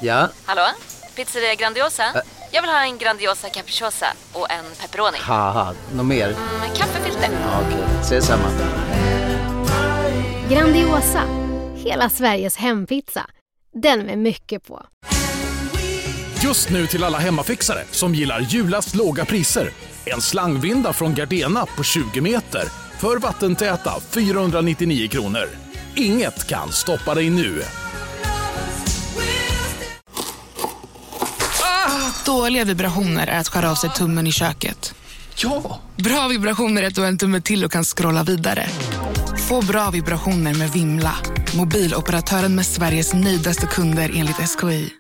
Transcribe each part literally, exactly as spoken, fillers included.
Ja? Hallå? Pizzeria Grandiosa? Ä- Jag vill ha en Grandiosa capriciosa och en pepperoni. Haha, något mer? Mm, kaffefilter. Ja, okej, okay. Ses samma. Grandiosa, hela Sveriges hempizza. Den med mycket på. Just nu till alla hemmafixare som gillar julast låga priser. En slangvinda från Gardena på tjugo meter för vattentäta fyrahundranittionio kronor. Inget kan stoppa dig nu. Ah, dåliga vibrationer är att skära av sig tummen i köket. Ja! Bra vibrationer är att du har en tumme till och kan scrolla vidare. Få bra vibrationer med Vimla. Mobiloperatören med Sveriges nöjdaste kunder enligt S K I.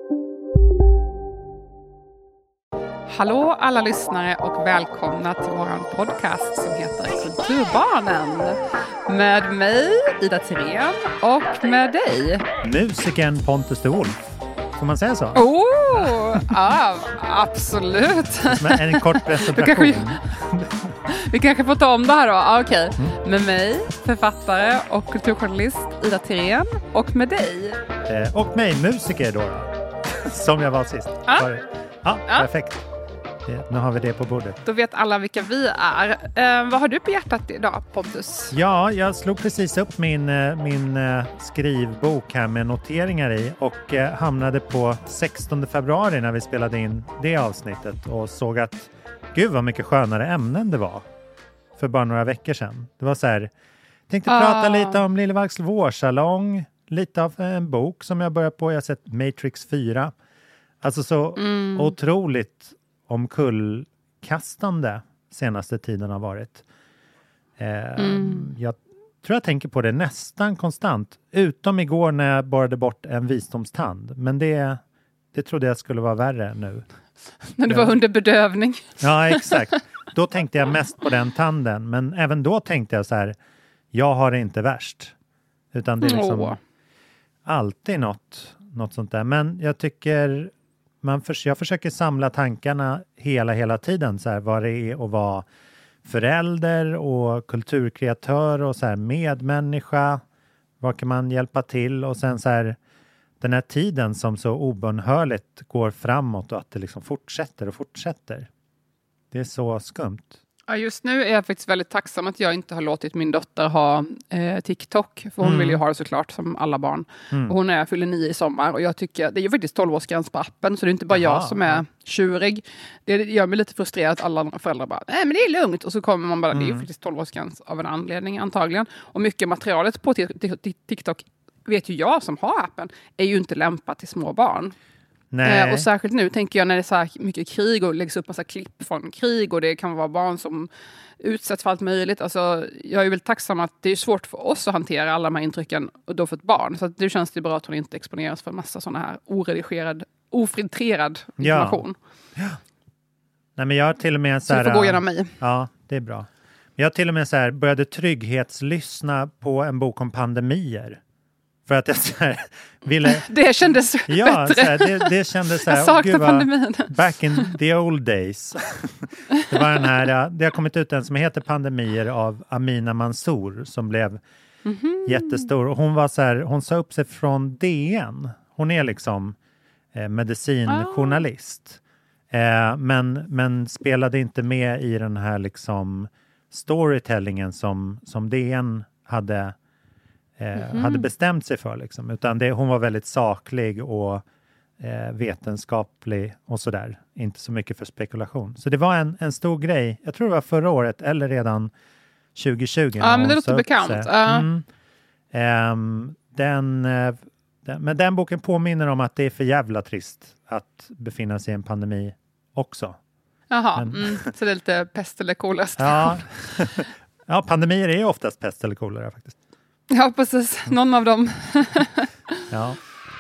Hallå alla lyssnare och välkomna till våran podcast som heter Kulturbarnen. Med mig, Ida Thirén, och med dig. Musikern Pontus de Wolf. Får man säga så? Oh, ja, absolut. Men en kort presentation. Kanske, vi kanske får ta om det här då. Ah, okej. Okay. Mm. Med mig, författare och kulturjournalist Ida Thirén. Och med dig. Eh, och mig, musiker då. då. Som jag var sist. Ah. Ja, ah, ah. Perfekt. Det, nu har vi det på bordet. Då vet alla vilka vi är. Eh, vad har du på hjärtat idag, Pontus? Ja, jag slog precis upp min, min uh, skrivbok här med noteringar i och uh, hamnade på sextonde februari när vi spelade in det avsnittet och såg att gud vad mycket skönare ämnen det var för bara några veckor sedan. Det var så här, tänkte ah. prata lite om Lillevalchs vårsalong, lite av en bok som jag börjar på. Jag har sett Matrix fyra. Alltså så mm. otroligt omkullkastande senaste tiden har varit. Eh, mm. Jag tror jag tänker på det nästan konstant. Utom igår när jag borrade bort en visdomstand. Men det, det trodde jag skulle vara värre nu. När du var under bedövning. Ja, exakt. Då tänkte jag mest på den tanden. Men även då tänkte jag så här, jag har det inte värst. Utan det är liksom oh. alltid något, något sånt där. Men jag tycker... Man för, jag försöker samla tankarna hela, hela tiden. Så här, vad det är att vara förälder och kulturkreatör och så här, medmänniska. Vad kan man hjälpa till? Och sen så här, den här tiden som så obönhörligt går framåt och att det liksom fortsätter och fortsätter. Det är så skumt. Ja, just nu är jag faktiskt väldigt tacksam att jag inte har låtit min dotter ha eh, TikTok. För hon mm. vill ju ha det såklart som alla barn. Mm. Och hon är fyller nio i sommar. Och jag tycker, det är ju faktiskt tolv-årsgräns på appen. Så det är inte bara Aha. jag som är tjurig. Det gör mig lite frustrerad att alla föräldrar bara, nej men det är lugnt. Och så kommer man bara, mm. det är ju faktiskt tolv-årsgräns av en anledning antagligen. Och mycket materialet på t- t- TikTok vet ju jag som har appen är ju inte lämpat till små barn. Eh, och särskilt nu tänker jag när det är så här mycket krig och läggs upp massa klipp från krig och det kan vara barn som utsätts för allt möjligt. Alltså, jag är väl tacksam att det är svårt för oss att hantera alla de här intrycken och då för ett barn. Så att det känns det bra att hon inte exponeras för massa sådana här oredigerad, ofiltrerad information. Ja. Ja. Nej, men jag har till och med så, så här, du får gå igenom mig. Ja, det är bra. Jag har till och med så här började trygghetslyssna på en bok om pandemier. För att jag så här, ville... Det kändes ja, bättre. Så här, det, det kändes så här... Jag saknar pandemin. Back in the old days. Det var den här... Det har kommit ut en som heter Pandemier av Amina Mansour. Som blev mm-hmm. jättestor. Och hon var så här... Hon sa upp sig från D N. Hon är liksom eh, medicinjournalist. Oh. Eh, men, men spelade inte med i den här liksom storytellingen som, som D N hade... Mm-hmm. hade bestämt sig för liksom. Utan det, hon var väldigt saklig och eh, vetenskaplig och sådär. Inte så mycket för spekulation. Så det var en, en stor grej. Jag tror det var förra året eller redan tjugo tjugo. Ja, men det låter bekant. Uh. Mm. Um, den, uh, den, men den boken påminner om att det är för jävla trist att befinna sig i en pandemi också. Jaha, men, mm, så det är lite pest eller kolera. ja. ja, pandemier är oftast pest eller kolera faktiskt. Ja, precis. Någon av dem. ja.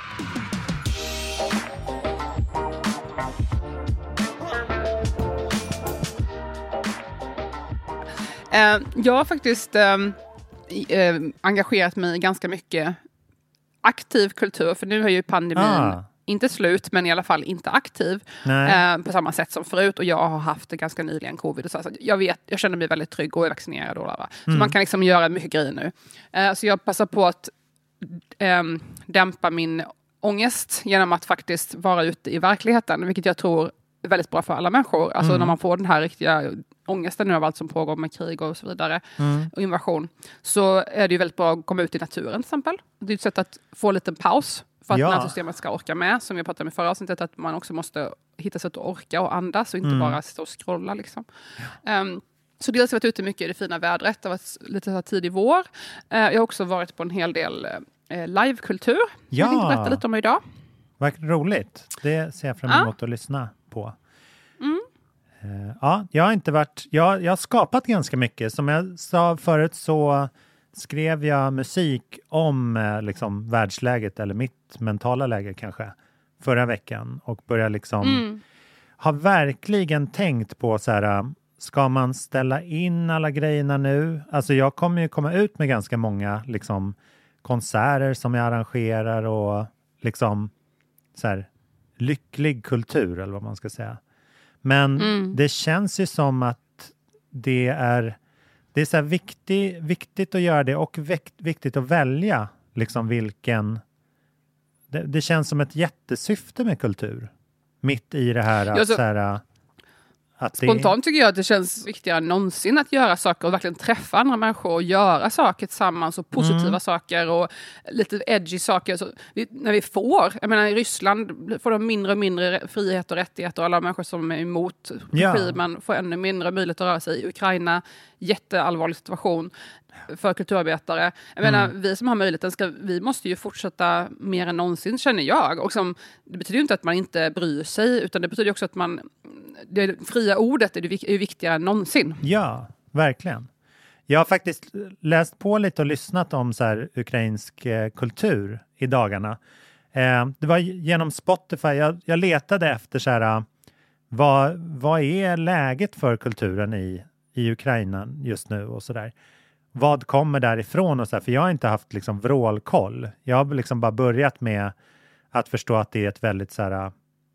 Eh, jag har faktiskt eh, eh, engagerat mig ganska mycket aktiv kultur. För nu har ju pandemin ah. inte slut, men i alla fall inte aktiv. Eh, på samma sätt som förut. Och jag har haft det ganska nyligen covid. Och så. Så jag, vet, jag känner mig väldigt trygg och är vaccinerad. Och där, så mm. man kan liksom göra mycket grejer nu. Eh, så jag passar på att eh, dämpa min ångest genom att faktiskt vara ute i verkligheten, vilket jag tror är väldigt bra för alla människor. Alltså mm. när man får den här riktiga ångesten nu av allt som pågår med krig och så vidare mm. och invasion, så är det ju väldigt bra att komma ut i naturen till exempel. Det är ett sätt att få en liten paus för att ja. nervsystemet ska orka med, som jag pratade om i förra avsnittet, att man också måste hitta sätt att orka och andas och inte mm. bara stå och scrolla liksom. Ja. Um, så dels har jag varit ute mycket i det fina vädret, det har varit lite så här tidig vår. Uh, jag har också varit på en hel del uh, livekultur. Ja. Jag tänkte berätta lite om idag. Vad roligt. Det ser jag fram emot ja. att lyssna på. Mm. Uh, ja, jag har inte varit... Jag, jag har skapat ganska mycket. Som jag sa förut så skrev jag musik om uh, liksom världsläget, eller mitt mentala läge kanske, förra veckan. Och började liksom... Mm. Ha verkligen tänkt på så här... Ska man ställa in alla grejerna nu? Alltså jag kommer ju komma ut med ganska många liksom konserter som jag arrangerar och liksom så här lycklig kultur eller vad man ska säga. Men mm. det känns ju som att det är det är så här viktigt, viktigt att göra det och vikt, viktigt att välja liksom vilken det, det känns som ett jättesyfte med kultur mitt i det här att ja, så... så här, Att Spontant det... tycker jag att det känns viktigare än någonsin att göra saker och verkligen träffa andra människor och göra saker tillsammans och positiva mm. saker och lite edgy saker. Så vi, när vi får, jag menar i Ryssland får de mindre och mindre frihet och rättigheter och alla människor som är emot regimen ja. får ännu mindre möjlighet att röra sig. I Ukraina, jätteallvarlig situation för kulturarbetare. Jag menar, mm. vi som har möjligheten, ska, vi måste ju fortsätta mer än någonsin, känner jag. Och som, det betyder ju inte att man inte bryr sig, utan det betyder också att man, det fria ordet är, det, är viktigare än någonsin. Ja, verkligen. Jag har faktiskt läst på lite och lyssnat om så här ukrainsk eh, kultur i dagarna. Eh, det var genom Spotify, jag, jag letade efter så här, vad, vad är läget för kulturen i, i Ukraina just nu och sådär. Vad kommer därifrån och så här, för jag har inte haft liksom vrålkoll. Jag har liksom bara börjat med att förstå att det är ett väldigt så här,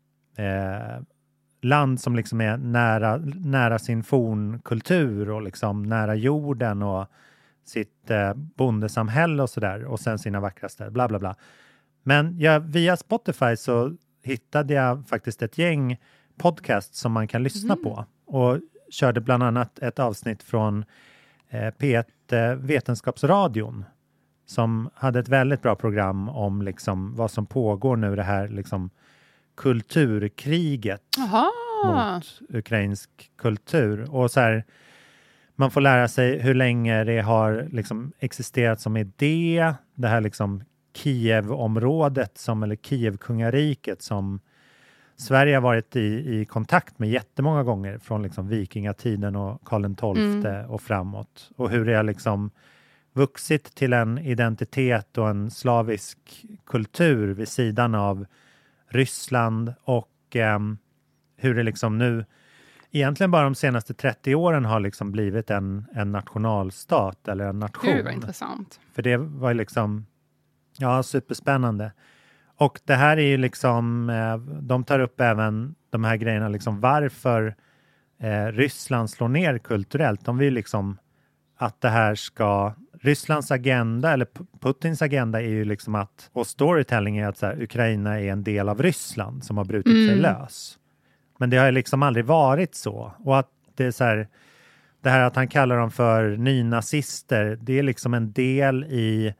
eh, land som liksom är nära, nära sin fornkultur och liksom nära jorden och sitt eh, bondesamhälle och sådär och sen sina vackraste, bla bla bla. Men jag, via Spotify så hittade jag faktiskt ett gäng podcast som man kan lyssna mm. på och körde bland annat ett avsnitt från eh, P ett eh, Vetenskapsradion som hade ett väldigt bra program om liksom vad som pågår nu, det här liksom kulturkriget Aha. mot ukrainsk kultur. Och så här, man får lära sig hur länge det har liksom existerat som idé. Det här liksom Kiev-området som, eller Kiev-kungariket som Sverige har varit i, i kontakt med jättemånga gånger från liksom vikingatiden och Karl den tolfte mm. och framåt. Och hur det har liksom vuxit till en identitet och en slavisk kultur vid sidan av Ryssland och eh, hur det liksom nu egentligen bara de senaste trettio åren har liksom blivit en, en nationalstat eller en nation. Det var intressant. För det var liksom ja, superspännande. Och det här är ju liksom eh, de tar upp även de här grejerna liksom varför eh, Ryssland slår ner kulturellt. De vill liksom att det här ska Rysslands agenda eller Putins agenda är ju liksom att, och storytelling är att så här, Ukraina är en del av Ryssland som har brutit mm. sig lös. Men det har liksom aldrig varit så. Och att det är så här, det här att han kallar dem för nynazister, det är liksom en del i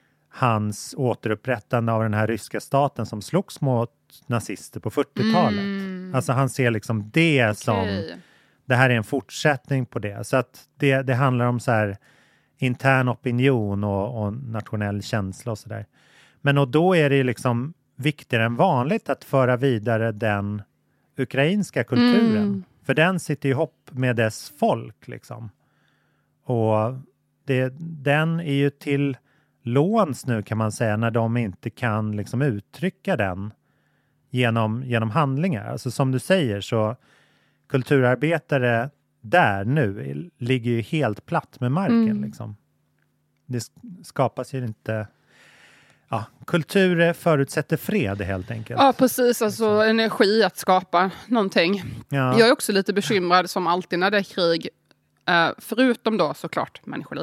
hans återupprättande av den här ryska staten som slogs mot nazister på fyrtiotalet. Mm. Alltså han ser liksom det okay. som, det här är en fortsättning på det. Så att det, det handlar om så här intern opinion och, och nationell känsla och sådär. Men och då är det ju liksom viktigare än vanligt att föra vidare den ukrainska kulturen. Mm. För den sitter ihop med dess folk liksom. Och det, den är ju till låns nu kan man säga när de inte kan liksom uttrycka den genom, genom handlingar. Alltså som du säger så kulturarbetare där nu ligger ju helt platt med marken mm. liksom. Det skapas ju inte ja, kultur förutsätter fred helt enkelt. Ja, precis. Alltså energi att skapa någonting. Ja. Jag är också lite bekymrad som alltid när det är krig. Uh, förutom då såklart människoliv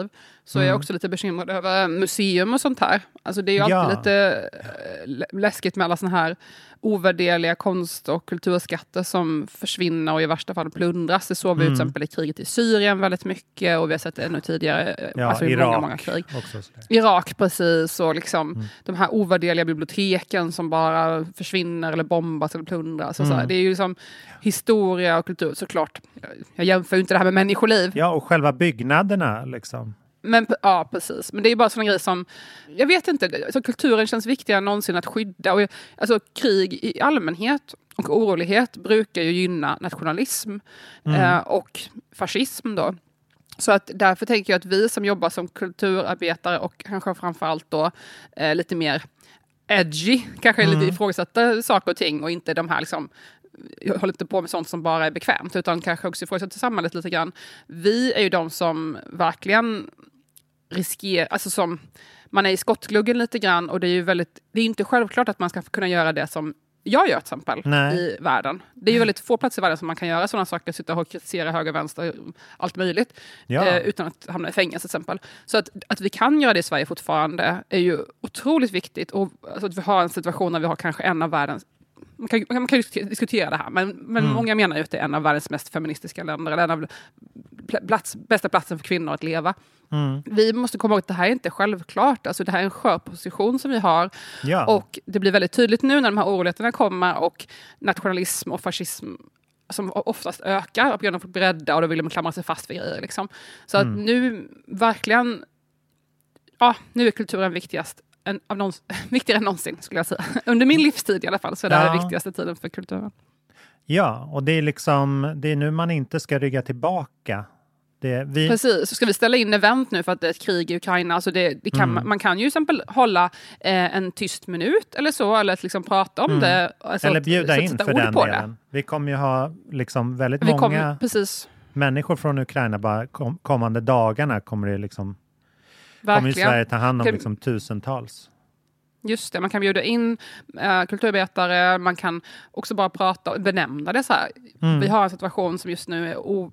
så mm. är jag också lite bekymrad över museum och sånt här. Alltså det är ju alltid Ja. lite äh, läskigt med alla såna här ovärderliga konst- och kulturskatter som försvinner och i värsta fall plundras. Det såg vi mm. till exempel i kriget i Syrien väldigt mycket och vi har sett det ännu tidigare. Ja, alltså i Irak många, många krig. Också, Irak precis och liksom mm. de här ovärderliga biblioteken som bara försvinner eller bombas eller plundras. Och mm. så här. Det är ju liksom historia och kultur såklart. Jag jämför ju inte det här med människoliv. Ja, och själva byggnaderna liksom. Men, ja, precis. Men det är ju bara sådana grejer som, jag vet inte, alltså, kulturen känns viktigare än någonsin att skydda. Och, alltså, krig i allmänhet och orolighet brukar ju gynna nationalism mm. eh, och fascism då. Så att därför tänker jag att vi som jobbar som kulturarbetare och kanske framförallt då eh, lite mer edgy, kanske mm. lite ifrågasätta saker och ting och inte de här liksom, jag håller inte på med sånt som bara är bekvämt utan kanske också ifrågasätta samhället lite grann. Vi är ju de som verkligen riskerar, alltså som man är i skottgluggen lite grann och det är ju väldigt, det är inte självklart att man ska kunna göra det som jag gör till exempel Nej. i världen. Det är ju väldigt få platser i världen som man kan göra sådana saker, sitta och kritisera höger, vänster, allt möjligt ja. eh, utan att hamna i fängelse till exempel. Så att, att vi kan göra det i Sverige fortfarande är ju otroligt viktigt och alltså, att vi har en situation där vi har kanske en av världens Man kan, man kan ju diskutera det här, men, men mm. många menar ju att det är en av världens mest feministiska länder, eller en av plats, bästa platsen för kvinnor att leva. Mm. Vi måste komma ihåg att det här är inte självklart. Alltså det här är en skör position som vi har. Ja. Och det blir väldigt tydligt nu när de här oroligheterna kommer och nationalism och fascism som oftast ökar på grund av att folk blir rädda och då vill de klamra sig fast vid grejer. Liksom. Så mm. att nu verkligen, ja, nu är kulturen viktigast. En, av någons, viktigare än någonsin skulle jag säga. Under min livstid i alla fall så är det här ja. den viktigaste tiden för kulturen. Ja, och det är liksom det är nu man inte ska rygga tillbaka. Det, vi... Precis, så ska vi ställa in event nu för att det är ett krig i Ukraina. Alltså det, det kan, mm. Man kan ju till exempel hålla eh, en tyst minut eller så, eller att liksom prata om mm. det. Alltså eller bjuda att, in för den delen. Det. Vi kommer ju ha liksom väldigt vi många kom, precis. människor från Ukraina bara kom, kommande dagarna kommer det liksom Verkligen. kommer ju Sverige ta hand om liksom tusentals. Just det, man kan bjuda in äh, kulturarbetare, man kan också bara prata och benämna det så här. Mm. Vi har en situation som just nu är o-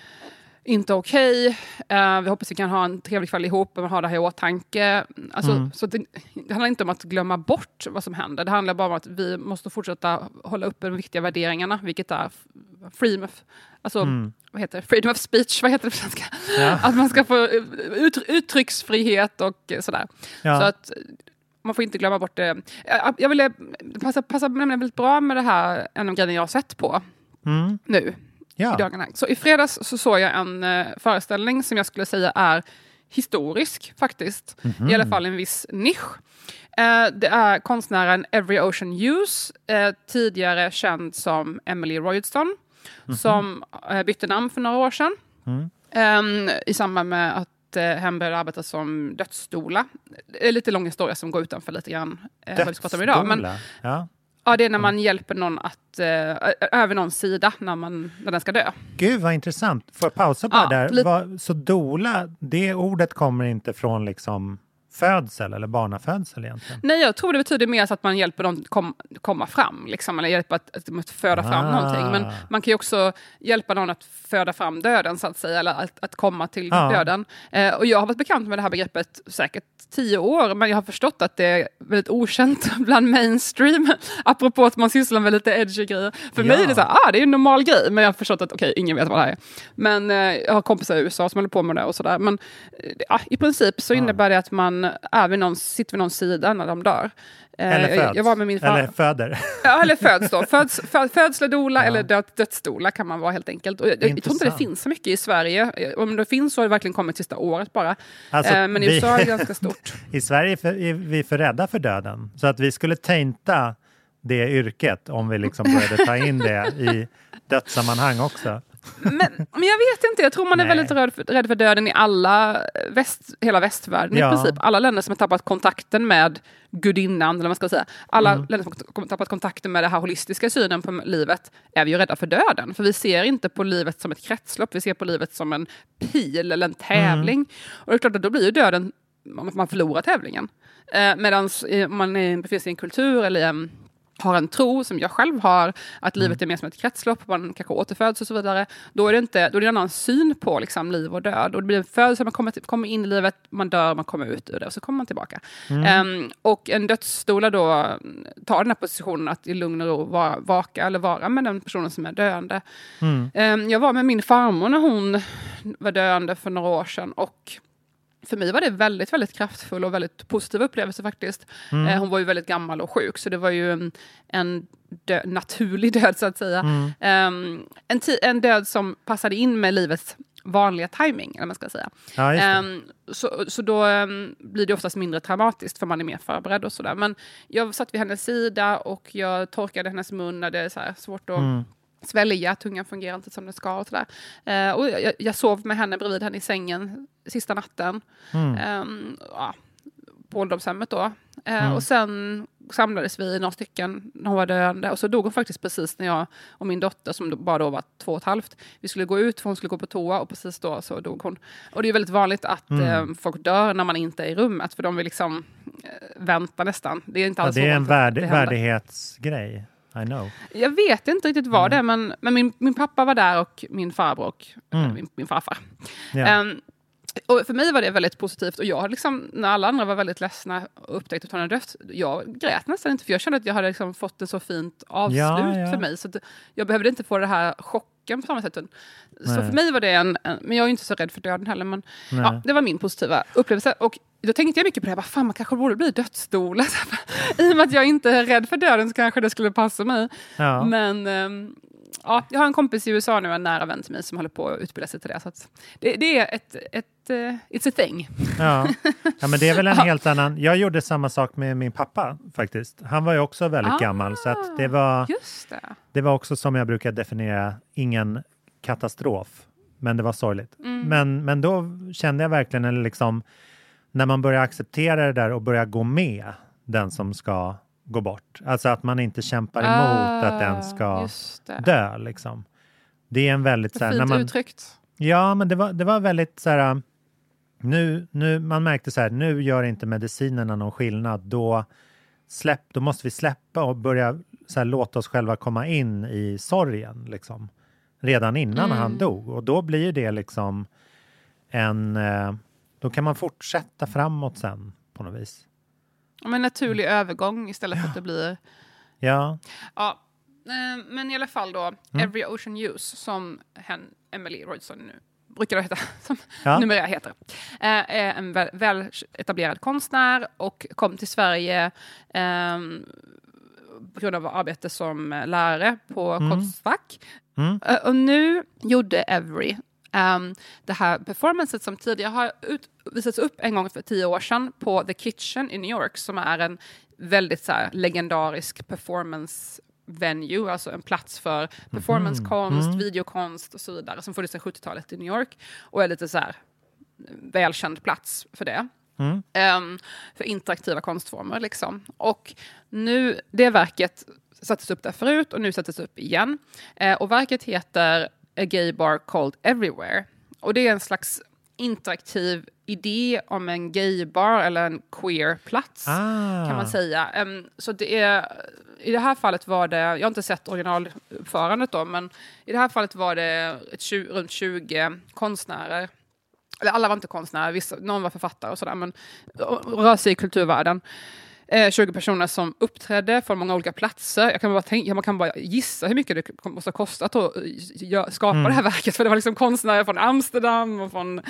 inte okej. Okay. Uh, vi hoppas vi kan ha en trevlig kväll ihop och ha det här i åtanke. Alltså, mm. så det, det handlar inte om att glömma bort vad som händer. Det handlar bara om att vi måste fortsätta hålla upp de viktiga värderingarna, vilket är freedom of, alltså, mm. vad heter det? Freedom of speech, vad heter det på svenska? Ja. Att man ska få ut, uttrycksfrihet och sådär. Ja. Så att man får inte glömma bort det. Jag, jag ville passa, passa nämligen väldigt bra med det här, en av grejerna jag har sett på mm. nu. Ja. I dagarna. Så i fredags så såg jag en uh, föreställning som jag skulle säga är historisk faktiskt. Mm-hmm. I alla fall en viss nisch. Uh, det är konstnären Every Ocean Hughes, uh, tidigare känd som Emily Roydston, mm-hmm. som uh, bytte namn för några år sedan. Mm. Um, I samband med att uh, hen började arbeta som dödsdoula. Det är lite lång historia som går utanför lite grann. Uh, vad vi ska prata om idag. Men, ja. Ja, det är när man hjälper någon att, eh, över någons sida när, man, när den ska dö. Gud, vad intressant. Får jag pausa bara ja, där? Lite... Vad, så doula, det ordet kommer inte från liksom födsel eller barnafödsel egentligen? Nej, jag tror det betyder mer så att man hjälper någon kom, komma fram. Liksom, eller hjälpa att, att, att föda fram ah. någonting. Men man kan ju också hjälpa någon att föda fram döden, så att säga. Eller att, att komma till ah. döden. Eh, och jag har varit bekant med det här begreppet säkert tio år. Men jag har förstått att det är väldigt okänt bland mainstream. Apropå att man sysslar med lite edgy grejer. För ja. mig är det så här, ah, det är en normal grej. Men jag har förstått att okej, okay, ingen vet vad det här är. Men eh, jag har kompisar i U S A som håller på med det och sådär. Men eh, i princip så innebär ah. det att man är vid någon, sitter vid någon sida när de dör. Eller föds. Jag, jag var med min far... Eller föder. Ja, eller föds då. Föds, föd, födsledola ja. eller död, dödsdola kan man vara helt enkelt. Och jag, jag tror inte det finns så mycket i Sverige. Om det finns så har det verkligen kommit sista året bara. Alltså, eh, men i U S A är det ganska stort. I Sverige är vi för rädda för döden. Så att vi skulle tainta det yrket om vi liksom började ta in det i dödssammanhang också. Men, men jag vet inte, jag tror man är Nej. väldigt rädd för, rädd för döden i alla väst, hela västvärlden ja. i princip. Alla länder som har tappat kontakten med gudinnan, eller vad man ska säga. Alla mm. länder som har tappat kontakten med den här holistiska synen på livet är vi ju rädda för döden. För vi ser inte på livet som ett kretslopp, vi ser på livet som en pil eller en tävling. Mm. Och det är klart att då blir ju döden, man förlorar tävlingen. Eh, Medan man befinner sig i en kultur eller i en har en tro som jag själv har, att livet är mer som ett kretslopp, man kanske återföds och så vidare, då är det inte, då är det en annan syn på liksom liv och död. Och det blir en födelse, man kommer, kommer in i livet, man dör, man kommer ut ur det och så kommer man tillbaka. Mm. Um, och en dödsstola då tar den här positionen att i lugn och ro vara, vaka eller vara med den personen som är döende. Mm. Um, jag var med min farmor när hon var döende för några år sedan, och för mig var det väldigt, väldigt kraftfull och väldigt positiv upplevelse faktiskt. Mm. Eh, hon var ju väldigt gammal och sjuk, så det var ju en, en dö- naturlig död så att säga. Mm. Um, en, t- en död som passade in med livets vanliga timing, eller man ska säga. Ja, um, så, så då um, blir det oftast mindre traumatiskt för man är mer förberedd och sådär. Men jag satt vid hennes sida och jag torkade hennes mun när det är så här svårt att mm. svälja, tungan fungerar inte som det ska och sådär. Uh, och jag, jag sov med henne bredvid henne i sängen sista natten. Mm. Um, ja, på ålderdomshemmet då. Uh, mm. Och sen samlades vi några stycken när hon var döende. Och så dog hon faktiskt precis när jag och min dotter, som bara då var två och ett halvt, vi skulle gå ut för hon skulle gå på toa, och precis då så dog hon. Och det är väldigt vanligt att mm. uh, folk dör när man inte är i rummet, för de vill liksom uh, vänta nästan. Det är inte alls ja, det är en värde, det värdighetsgrej. I know. Jag vet inte riktigt vad mm. det är, men, men min, min pappa var där och min farbror och mm. min, min farfar. Yeah. Um, och för mig var det väldigt positivt, och jag liksom, när alla andra var väldigt ledsna och upptäckte att hon hade dött, jag grät nästan inte, för jag kände att jag hade liksom fått ett så fint avslut ja, ja. för mig, så att jag behövde inte få det här chocken på samma sätt. Så för mig var det en, en, men jag är inte så rädd för döden heller, men ja, det var min positiva upplevelse. Och då tänkte jag mycket på det, bara, fan, man kanske borde bli dödsstola. I och med att jag inte är rädd för döden så kanske det skulle passa mig. Ja. Men um, ja, jag har en kompis i U S A nu, en nära vän till mig, som håller på att utbilda sig till det. Så att det, det är ett, ett uh, it's a thing. Ja. Ja, men det är väl en helt annan. Jag gjorde samma sak med min pappa faktiskt. Han var ju också väldigt ah, gammal, så att det var just det. Det var också, som jag brukar definiera, ingen katastrof, men det var sorgligt. Mm. Men, men då kände jag verkligen, eller liksom, när man börjar acceptera det där och börjar gå med den som ska gå bort. Alltså att man inte kämpar emot uh, att den ska dö. Liksom. Det är en väldigt... Så här, fint när man, uttryckt. Ja, men det var, det var väldigt så här... Nu, nu, man märkte så här, nu gör inte medicinerna någon skillnad. Då, släpp, då måste vi släppa och börja så här, låta oss själva komma in i sorgen. Liksom. Redan innan mm. han dog. Och då blir det liksom en... Då kan man fortsätta framåt sen på något vis. Om en naturlig mm. övergång istället ja. för att det blir... Ja. Ja. Men i alla fall då, mm. Every Ocean Use, som hen, Emily Roydson nu brukar det heta, som ja. numera heter, är en väl, väl etablerad konstnär och kom till Sverige eh, på grund av arbete som lärare på mm. Konstfack. Mm. Och nu gjorde Every Um, det här performancet som tidigare har ut, visats upp en gång för tio år sedan på The Kitchen i New York, som är en väldigt så här, legendarisk performance venue, alltså en plats för performancekonst, mm. videokonst och så vidare, som funnits sedan sjuttiotalet i New York, och är lite så här välkänd plats för det. Mm. Um, för interaktiva konstformer liksom. Och nu, det verket sattes upp där förut och nu sattes upp igen. Uh, och verket heter A Gay Bar Called Everywhere. Och det är en slags interaktiv idé om en gaybar eller en queer-plats ah. kan man säga. Um, så det är, i det här fallet var det, jag har inte sett originaluppförandet då, men i det här fallet var det ett tjugo, runt tjugo konstnärer. Eller alla var inte konstnärer, vissa, någon var författare och sådär, men rör sig i kulturvärlden. Eh, tjugo personer som uppträdde från många olika platser. Jag kan bara tänka, man kan bara gissa hur mycket det måste ha kostat att uh, skapa mm. det här verket. För det var liksom konstnärer från Amsterdam och från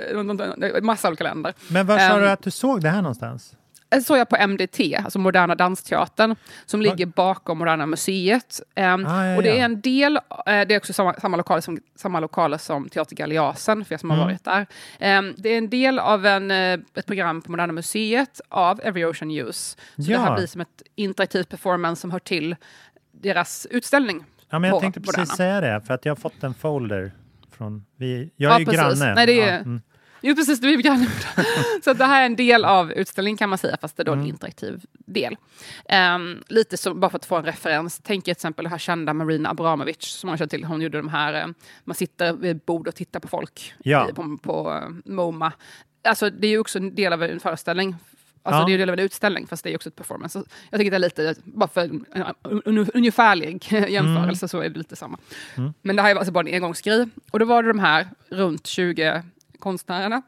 uh, massa olika länder. Men var sa um, du att du såg det här någonstans? såg jag på M D T, alltså Moderna Dansteatern, som ligger bakom Moderna Museet. Um, ah, ja, och det är en del, uh, det är också samma, samma, lokaler som, samma lokaler som Teater Galeasen, för er som mm. har varit där. Um, det är en del av en, uh, ett program på Moderna Museet av Every Ocean Use. Så ja. det här blir som ett interaktivt performance som hör till deras utställning. Ja, men jag tänkte precis Moderna. säga det, för att jag har fått en folder från, vi, jag är ja, ju precis. granne. Nej, det är, ja, mm. Jo, precis, du är granne. Så det här är en del av utställningen kan man säga, fast det är då mm. en interaktiv del. Um, lite så, bara för att få en referens. Tänk till exempel det här kända Marina Abramovic, som man känner till. Hon gjorde de här, um, man sitter vid ett bord och tittar på folk ja. i, på, på uh, MoMA. Alltså det är ju också en del av en föreställning Alltså Ja. det är ju en utställning fast det är också ett performance. Så jag tycker det är lite, bara för en un, ungefärlig jämförelse mm. så är det lite samma. Mm. Men det här är alltså bara en engångsgrej. Och då var det de här runt tjugo konstnärerna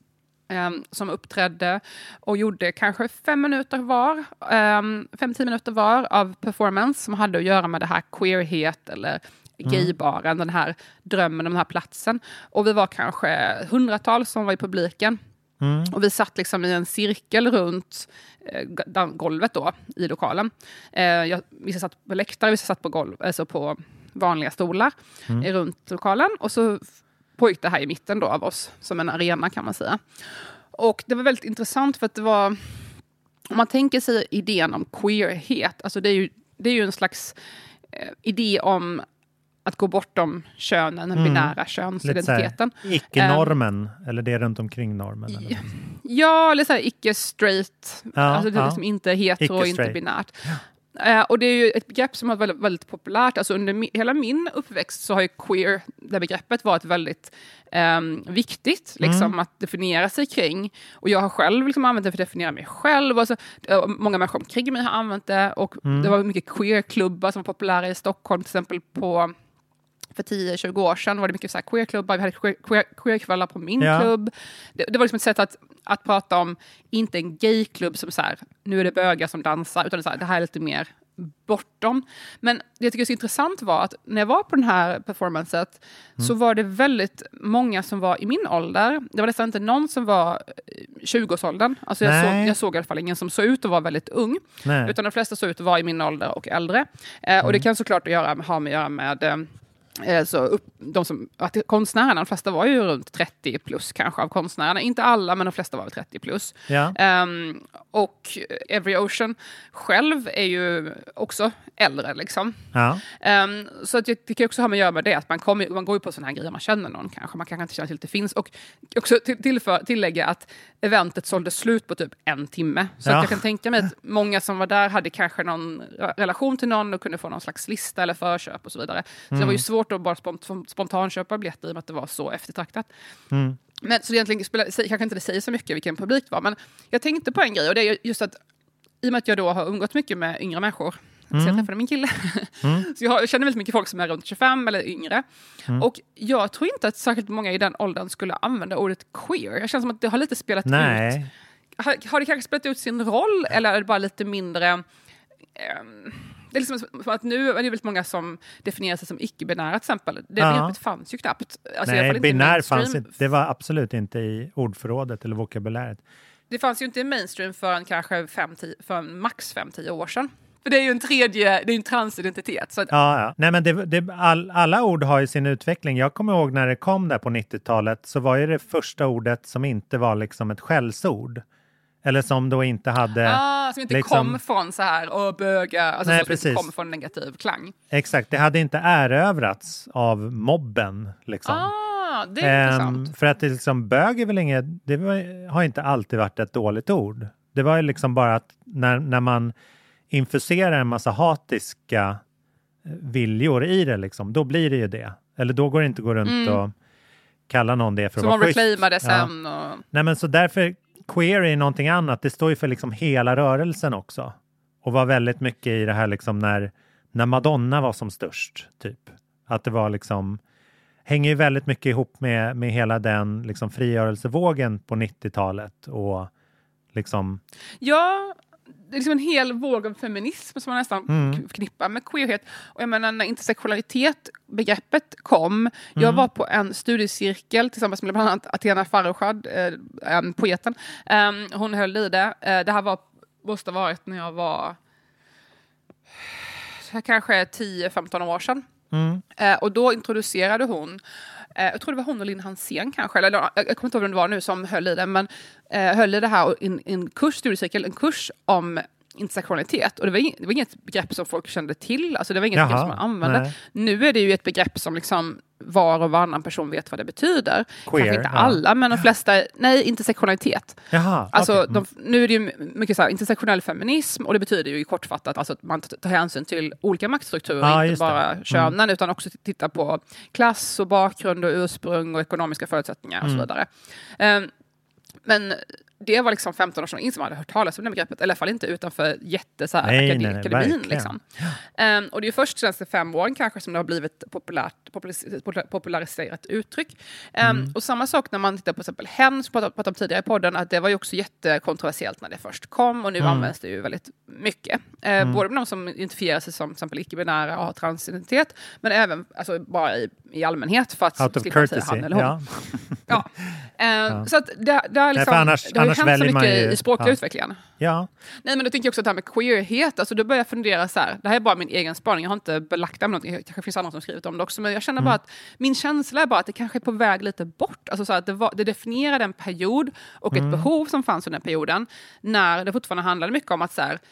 Um, som uppträdde och gjorde kanske fem minuter var, um, fem, tio minuter var av performance som hade att göra med det här queerhet eller gaybaren, mm. den här drömmen om den här platsen. Och vi var kanske hundratals som var i publiken. Mm. Och vi satt liksom i en cirkel runt eh, golvet då i lokalen. Eh, jag, vissa satt på läktare, vissa satt på golv, alltså på vanliga stolar mm. eh, runt lokalen. Och så pågick det här i mitten då av oss som en arena kan man säga. Och det var väldigt intressant för att det var, om man tänker sig idén om queerhet, alltså det är ju, det är ju en slags eh, idé om att gå bortom könen, den binära mm. könsidentiteten. Icke-normen, um, eller det runt omkring normen. Eller ja, eller så här icke-straight, ja, alltså det är ja. liksom inte hetero och inte binärt. Ja. Uh, och det är ju ett begrepp som är väldigt, väldigt populärt. Alltså under mi- hela min uppväxt så har ju queer, det begreppet varit väldigt um, viktigt liksom, mm. att definiera sig kring. Och jag har själv liksom, använt det för att definiera mig själv. Och så, uh, många människor omkring mig har använt det. Och mm. det var mycket queerklubbar som var populära i Stockholm. Till exempel på för tio tjugo år sedan var det mycket så här queerklubbar. Vi hade queer, queer, queerkvällar på min ja. klubb. Det, det var liksom ett sätt att, att prata om, inte en gayklubb som så här, nu är det bögar som dansar, utan så här, det här är lite mer bortom. Men det jag tycker är så intressant var att när jag var på den här performancet mm. så var det väldigt många som var i min ålder. Det var nästan inte någon som var tjugo-årsåldern. Alltså jag såg, jag såg i alla fall ingen som såg ut att vara väldigt ung. Nej. Utan de flesta såg ut att vara i min ålder och äldre. Eh, mm. Och det kan såklart att göra, ha med att göra med eh, Så upp, de som, att konstnärerna, de flesta var ju runt trettio plus kanske av konstnärerna. Inte alla, men de flesta var trettio plus. Ja. Um, och Every Ocean själv är ju också äldre liksom. Ja. Um, så att det kan också ha med att göra med det. Att man, kommer, man går ju på sådana här grejer, man känner någon kanske. Man kanske inte känner till att det finns. Och också till, tillför, tillägga att eventet sålde slut på typ en timme. Så ja. att jag kan tänka mig att många som var där hade kanske någon relation till någon och kunde få någon slags lista eller förköp och så vidare. Så mm. det var ju svårt att bara spont- spontanköpa biljetter i och med att det var så eftertraktat. Mm. Men så egentligen spelar, kanske inte det säger så mycket vilken publik det var, men jag tänkte på en grej och det är just att i och med att jag då har umgått mycket med yngre människor, mm. så jag träffade min kille. Mm. Så jag, har, jag känner väldigt mycket folk som är runt tjugofem eller yngre. Mm. Och jag tror inte att särskilt många i den åldern skulle använda ordet queer. Jag känner som att det har lite spelat Nej. ut. Har, har det kanske spelat ut sin roll eller är det bara lite mindre... Um, det är liksom som att nu är det väldigt många som definierar sig som icke-binära till exempel. Det ja. begreppet fanns ju knappt. Alltså, Nej, inte binär fanns inte. Det var absolut inte i ordförrådet eller vokabuläret. Det fanns ju inte i mainstream förrän kanske fem, tio, för max fem till tio år sedan. För det är ju en tredje, det är en transidentitet. Så att... ja, ja. Nej, men det, det, all, alla ord har ju sin utveckling. Jag kommer ihåg när det kom där på nittiotalet så var ju det första ordet som inte var liksom ett skällsord. Eller som då inte hade... Ah, som inte liksom... kom från så här och böga. Alltså Nej, som precis. Inte kom från negativ klang. Exakt, det hade inte erövrats av mobben. Liksom. Ah, det är ehm, intressant. För att det liksom, bög är väl inget... Det var, har inte alltid varit ett dåligt ord. Det var ju liksom bara att när, när man infuserar en massa hatiska viljor i det, liksom, då blir det ju det. Eller då går det inte att gå runt mm. och kalla någon det för så att vara schysst. Så man reclaimade sen. Ja. Och... Nej, men så därför... Queer är någonting annat. Det står ju för liksom hela rörelsen också. Och var väldigt mycket i det här liksom när, när Madonna var som störst. Typ. Att det var liksom... Hänger ju väldigt mycket ihop med, med hela den liksom frigörelsevågen på nittiotalet. Och liksom... Ja, det är liksom en hel våg av feminism som man nästan mm. knippar med queerhet. Och jag menar när intersektionalitet begreppet kom. Mm. Jag var på en studiecirkel tillsammans med bland annat Athena Farrokhad, eh, poeten. Um, hon höll i det. Uh, det här var, måste ha varit när jag var kanske tio femton år sedan. Mm. Uh, och då introducerade hon jag tror det var hon och Linn Hansén kanske, eller jag, jag kommer inte ihåg vem det var nu som höll i det, men eh, höll i det här en, en kurs, studiecirkel, en kurs om intersektionalitet. Och det var, inget, det var inget begrepp som folk kände till, alltså det var inget Jaha, begrepp som man använde. Nej. Nu är det ju ett begrepp som liksom var och varannan person vet vad det betyder. Queer, kanske inte ja. alla, men de flesta, nej, intersektionalitet. Jaha, alltså, okay. de, nu är det ju mycket så här, intersektionell feminism, och det betyder ju kortfattat alltså att man tar hänsyn till olika maktstrukturer, ah, inte bara det. könen, mm. utan också titta på klass och bakgrund och ursprung och ekonomiska förutsättningar mm. och så vidare. Um, Men det var liksom femton år sedan ingen som hade hört talas om det begreppet. Eller i alla fall inte utanför jätte så här, nej, akad- nej, nej, akademin. Liksom. Um, och det är först senaste fem åren kanske som det har blivit populärt, populäris- populariserat uttryck. Um, mm. Och samma sak när man tittar på exempel Hen, som pratade, pratade om tidigare i podden, att det var ju också jättekontroversiellt när det först kom. Och nu mm. används det ju väldigt mycket. Uh, mm. Både med de som identifierar sig som till exempel icke-binära och har transidentitet. Men även alltså, bara i, i allmänhet för att out of slippa courtesy. säga han eller hon. Ja. ja. Uh, ja. Så att det, det, är liksom, nej, annars, det har ju hänt så mycket ju, i språkliga ja. utvecklingen. Ja. Nej, men då tänker jag också att det här med queerhet, alltså då börjar jag fundera så här, det här är bara min egen spaning, jag har inte belagt det med något, det kanske finns andra som skrivit om det också, men jag känner mm. bara att min känsla är bara att det kanske är på väg lite bort, alltså så att det, var, det definierade en period och mm. ett behov som fanns under den perioden, när det fortfarande handlade mycket om att så här,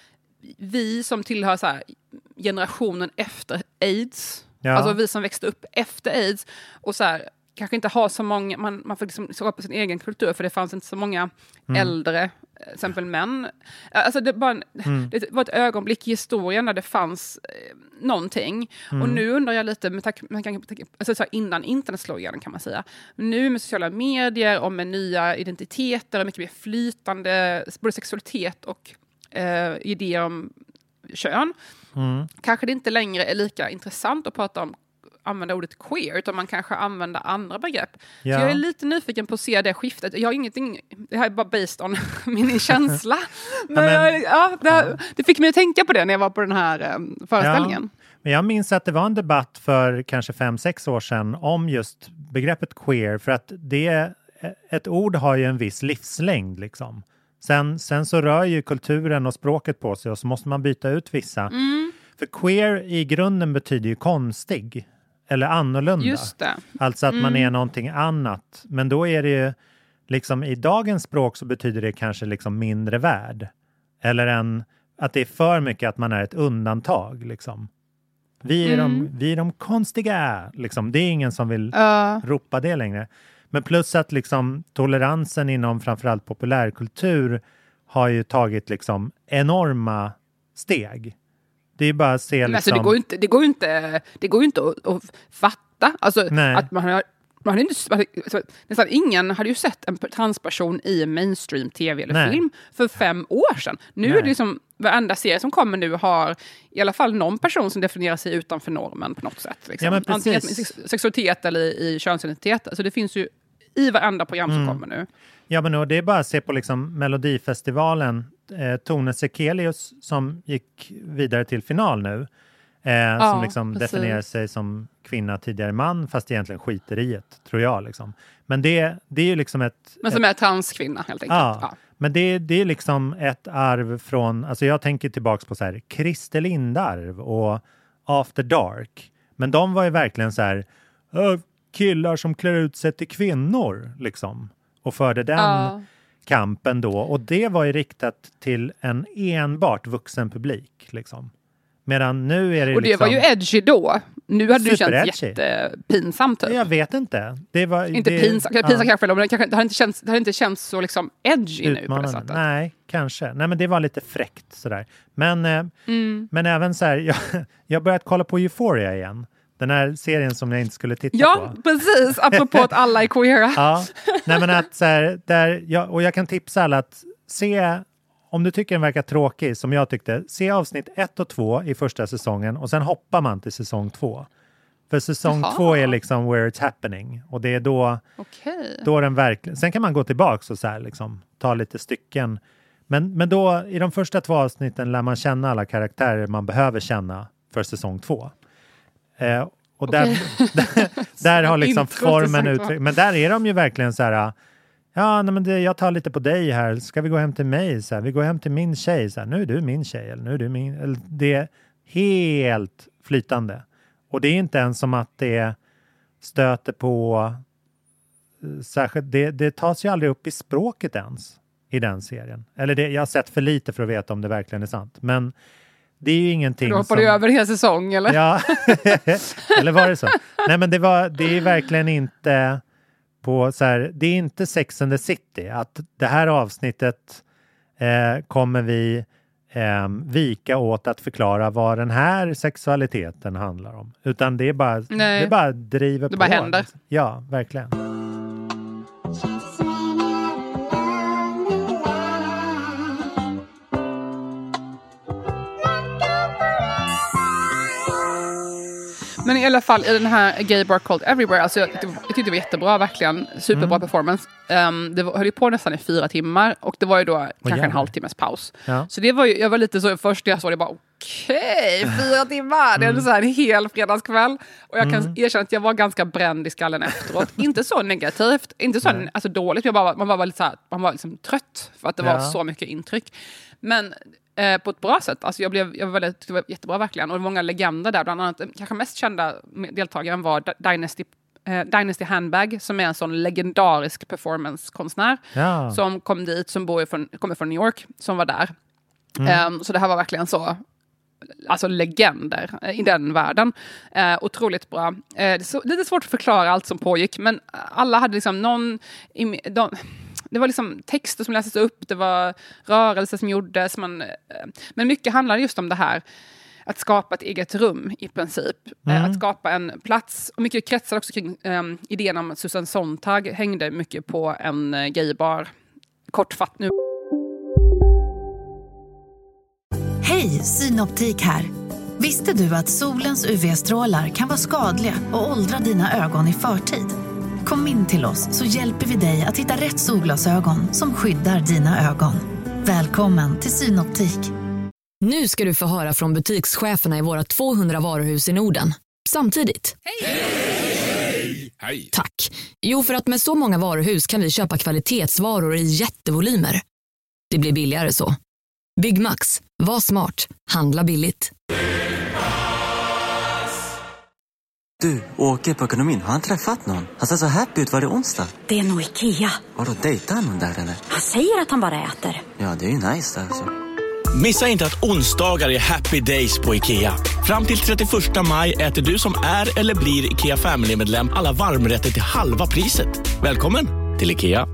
vi som tillhör så här, generationen efter AIDS, ja. alltså vi som växte upp efter AIDS och så här, kanske inte har så många, man, man får liksom skapa sin egen kultur, för det fanns inte så många mm. äldre, till exempel män. Alltså det, bara, mm. det var ett ögonblick i historien där det fanns eh, någonting. Mm. Och nu undrar jag lite, med tack, med, alltså så här, innan internet slog igenom kan man säga, nu med sociala medier och med nya identiteter och mycket mer flytande, både sexualitet och eh, idéer om kön, mm. kanske det inte längre är lika intressant att prata om använda ordet queer, utan man kanske använder andra begrepp. Ja. Så jag är lite nyfiken på att se det skiftet. Jag har ingenting, det här är bara based on min känsla. Men, ja, men ja, det, ja. det fick mig att tänka på det när jag var på den här um, föreställningen. Ja. Men jag minns att det var en debatt för kanske fem, sex år sedan om just begreppet queer, för att det, ett ord har ju en viss livslängd liksom. Sen, sen så rör ju kulturen och språket på sig och så måste man byta ut vissa. Mm. För queer i grunden betyder ju konstig. Eller annorlunda. Just det. Alltså att mm. man är någonting annat. Men då är det ju liksom i dagens språk så betyder det kanske liksom mindre värd. Eller en, att det är för mycket att man är ett undantag liksom. Vi är, mm. de, vi är de konstiga liksom. Det är ingen som vill uh. ropa det längre. Men plus att liksom toleransen inom framförallt populärkultur har ju tagit liksom enorma steg. Det är bara att se liksom... alltså, det går ju inte, det går inte, det går inte att, att fatta. Alltså, att man har, man har inte, alltså, nästan ingen hade ju sett en transperson i mainstream tv eller Nej. film för fem år sedan. Nu Nej. är det liksom, varenda serie som kommer nu har i alla fall någon person som definierar sig utanför normen på något sätt. Liksom. Ja, men antingen i sexualitet eller i könsidentitet. Alltså det finns ju i varenda program som mm. kommer nu. Ja, men då, det är bara att se på liksom Melodifestivalen. Eh, Tone Sekelius som gick vidare till final nu. Eh, ja, som liksom definierar sig som kvinna, tidigare man. Fast egentligen skiter i det, tror jag. Liksom. Men det, det är ju liksom ett... Men som ett, är transkvinna, helt enkelt. Ja, ja. Men det, det är liksom ett arv från... Alltså jag tänker tillbaka på så här Christer Lindarw och After Dark. Men de var ju verkligen så här... killar som klär ut sig till kvinnor, liksom. Och förde den ja. kampen då. Och det var ju riktat till en enbart vuxen publik, liksom. Medan nu är det och det liksom... var ju edgy då. Nu hade det känts jättepinsamt. Typ. Jag vet inte. Det var, inte det, pinsamt, pinsamt ja. kanske, men det, kanske, det, hade inte känts, det hade inte känts så liksom edgy nu på det sättet. Nej, kanske. Nej, men det var lite fräckt sådär. Men, eh, mm. men även så här, jag, jag har börjat kolla på Euphoria igen. Den här serien som jag inte skulle titta ja, på. Ja, precis. Apropå att alla är queera. Ja, nej men att så här, där, ja, och jag kan tipsa alla att se, om du tycker den verkar tråkig som jag tyckte, se avsnitt ett och två i första säsongen och sen hoppar man till säsong två. För säsong Jaha. två är liksom where it's happening. Och det är då, okay. då den verkligen, sen kan man gå tillbaka och så här liksom, ta lite stycken. Men, men då, i de första två avsnitten lär man känna alla karaktärer man behöver känna för säsong två. Eh, och okay. där, där, där har liksom formen uttryckt. Men där är de ju verkligen så här, ja, nej, men det, jag tar lite på dig här. Ska vi gå hem till mig? Så här, vi går hem till min tjej. Så här, nu är du min tjej. Eller nu är du min. Eller, det är helt flytande. Och det är inte ens som att det stöter på särskilt. Det, det tas ju aldrig upp i språket ens i den serien. Eller det, jag har sett för lite för att veta om det verkligen är sant. Men det är ju ingenting du hoppar som... du över hela säsong, eller? Ja, eller var det så? Nej, men det, var, det är verkligen inte på så här, det är inte Sex and the City. Att det här avsnittet eh, kommer vi eh, vika åt att förklara vad den här sexualiteten handlar om. Utan det är bara, Nej. det bara driver det på. Bara händer. Ja, verkligen. Men i alla fall i den här Gay Bar Called Everywhere, alltså jag, jag tyckte det var jättebra, verkligen superbra mm. performance. Um, det var, höll ju på nästan i fyra timmar och det var ju då oh, kanske yeah. en halvtimmes paus. Ja. Så det var ju, jag var lite så först jag såg det bara okej, okay, fyra timmar, det är så här en hel fredagskväll. Och jag kan mm. erkänna att jag var ganska bränd i skallen efteråt. Inte så negativt, inte så mm. alltså dåligt, jag bara, man var lite så här, man var liksom trött för att det ja. var så mycket intryck. Men Eh, på ett bra sätt. Alltså jag blev, jag var väldigt, det var jättebra verkligen. Och många legender där. Bland annat, kanske mest kända deltagaren var Dynasty, eh, Dynasty Handbag, som är en sån legendarisk performancekonstnär. Ja. Som kom dit, som bor från, kommer från New York, som var där. Mm. Eh, så det här var verkligen så, alltså legender eh, i den världen. Eh, otroligt bra. Eh, det är så, lite svårt att förklara allt som pågick, men alla hade liksom någon... I, de, Det var liksom texter som lästes upp, det var rörelser som gjordes. Man, men mycket handlade just om det här, att skapa ett eget rum i princip. Mm. Att skapa en plats. Och mycket kretsar också kring um, idén om att Susan Sontag hängde mycket på en uh, gaybar. Kortfatt nu. Hej, Synoptik här. Visste du att solens U V-strålar kan vara skadliga och åldra dina ögon i förtid? Kom in till oss så hjälper vi dig att hitta rätt solglasögon som skyddar dina ögon. Välkommen till Synoptik. Nu ska du få höra från butikscheferna i våra tvåhundra varuhus i Norden. Samtidigt. Hej! Hej! Tack. Jo, för att med så många varuhus kan vi köpa kvalitetsvaror i jättevolymer. Det blir billigare så. Byggmax. Var smart. Handla billigt. Du, åker på ekonomin. Har han träffat någon? Han ser så happy ut. Var det onsdag? Det är nog Ikea. Har du dejtat någon där eller? Han säger att han bara äter. Ja, det är ju nice alltså. Missa inte att onsdagar är happy days på Ikea. Fram till trettioförsta maj äter du som är eller blir Ikea Family-medlem alla varmrätter till halva priset. Välkommen till Ikea.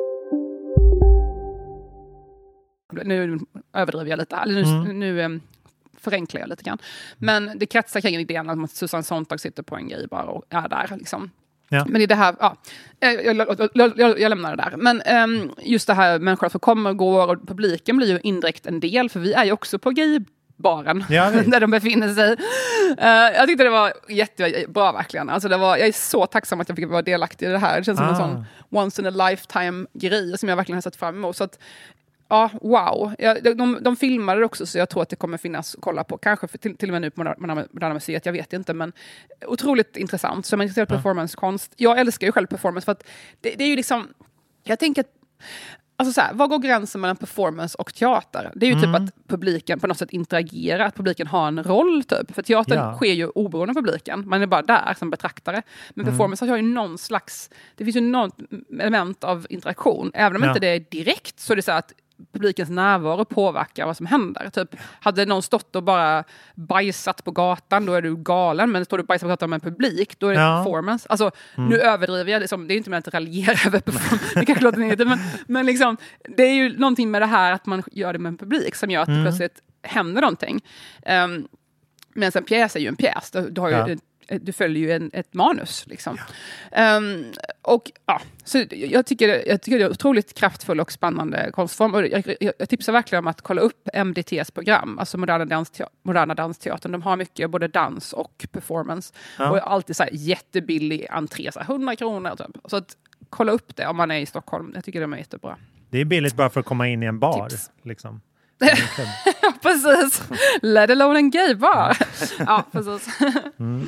Nu överdriver jag lite. Nu... Mm. nu förenklar jag lite grann. Men det kretsar kring idén att Susan Sontag sitter på en gaybar och är där liksom. Ja. Men i det här, ja, jag, jag, jag, jag lämnar det där. Men um, just det här människor som kommer och går och publiken blir ju indirekt en del, för vi är ju också på gaybaren ja, där de befinner sig. Uh, jag tyckte det var jättebra verkligen. Alltså det var, jag är så tacksam att jag fick vara delaktig i det här. Det känns ah. som en sån once in a lifetime grej som jag verkligen har sett fram emot. Så att ja, wow. Ja, de, de filmade det också, så jag tror att det kommer finnas att kolla på. Kanske för, till, till och med nu på Moderna Museet, jag vet inte. Men otroligt intressant. Så man är intresserad av ja. performancekonst. Jag älskar ju själv performance för att det, det är ju liksom... Jag tänker att... Alltså så här, vad går gränsen mellan performance och teater? Det är ju mm. typ att publiken på något sätt interagerar, att publiken har en roll typ. För teatern ja. sker ju oberoende av publiken. Man är bara där som betraktare. Men mm. performance har ju någon slags... Det finns ju något element av interaktion. Även om ja. inte det är direkt, så är det så att publikens närvaro påverkar vad som händer. Typ, hade någon stått och bara bajsat på gatan, då är du galen. Men står du bajsat på gatan med en publik, då är det ja. performance. Alltså, mm. nu överdriver jag. Liksom, det är inte med att raljera över performance. Det kanske låter negativt, men, men liksom, det är ju någonting med det här att man gör det med en publik som gör att mm. det plötsligt händer någonting. Um, men en pjäs är ju en pjäs. Du, du har ju ja. Du följer ju en, ett manus liksom. Ja. Um, och ja, så jag tycker, jag tycker det är otroligt kraftfull och spännande konstform. Och jag, jag, jag tipsar verkligen om att kolla upp M D T:s program, alltså Moderna, dansteater, Moderna Dansteatern. De har mycket både dans och performance. Ja. Och alltid så här jättebillig entré, så här hundra kronor typ. Så att kolla upp det om man är i Stockholm. Jag tycker det är jättebra. Det är billigt bara för att komma in i en bar liksom. Ja, precis. Let alone en gay bar. Ja, precis. Mm.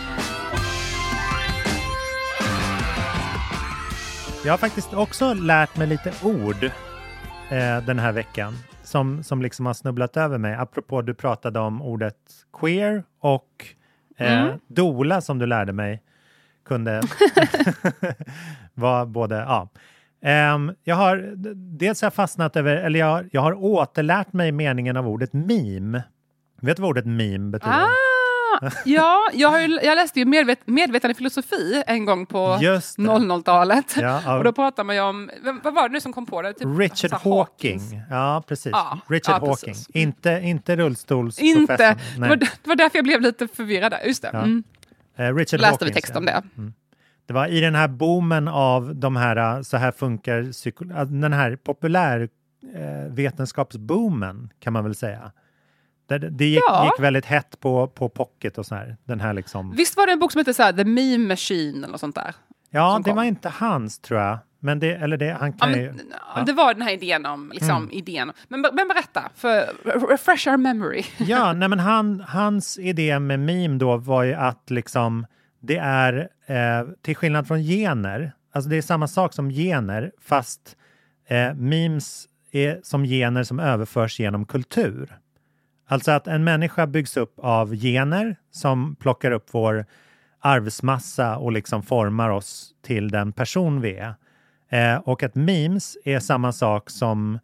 Jag har faktiskt också lärt mig lite ord eh, den här veckan som, som liksom har snubblat över mig. Apropå du pratade om ordet queer och eh, mm. dola som du lärde mig kunde vara både... Ja. Um, jag har dels har jag fastnat över, eller jag, jag har återlärt mig meningen av ordet meme. Vet du vad ordet meme betyder? Ah, ja, jag, har ju, jag läste ju medvet, medvetande filosofi en gång på noll noll-talet. Ja, och då pratar man ju om, vad var det nu som kom på det? Typ, Richard Hawking. Hawkins. Ja, precis. Ja, Richard ja, Hawking. Precis. Inte, inte rullstolsprofessorn. Inte. Det var, det var därför jag blev lite förvirrad. Just det. Ja. Mm. Uh, Richard läste Hawkins, vi text om det. Mm. Det var i den här boomen av de här, så här funkar psyko- den här populär eh, vetenskapsboomen kan man väl säga. Det, det gick, Ja. gick väldigt hett på, på Pocket och så här. Den här liksom... Visst var det en bok som heter så här, The Meme Machine eller något sånt där? Ja, som det kom. var inte hans tror jag. Men det, eller det, han kan Ja, ju... men, Ja. Det var den här idén om, liksom, Mm. idén. Men, men berätta, för refresh our memory. Ja, nej men han, hans idé med meme då var ju att liksom det är eh, till skillnad från gener, alltså det är samma sak som gener fast eh, memes är som gener som överförs genom kultur. Alltså att en människa byggs upp av gener som plockar upp vår arvsmassa och liksom formar oss till den person vi är. Eh, och att memes är samma sak som,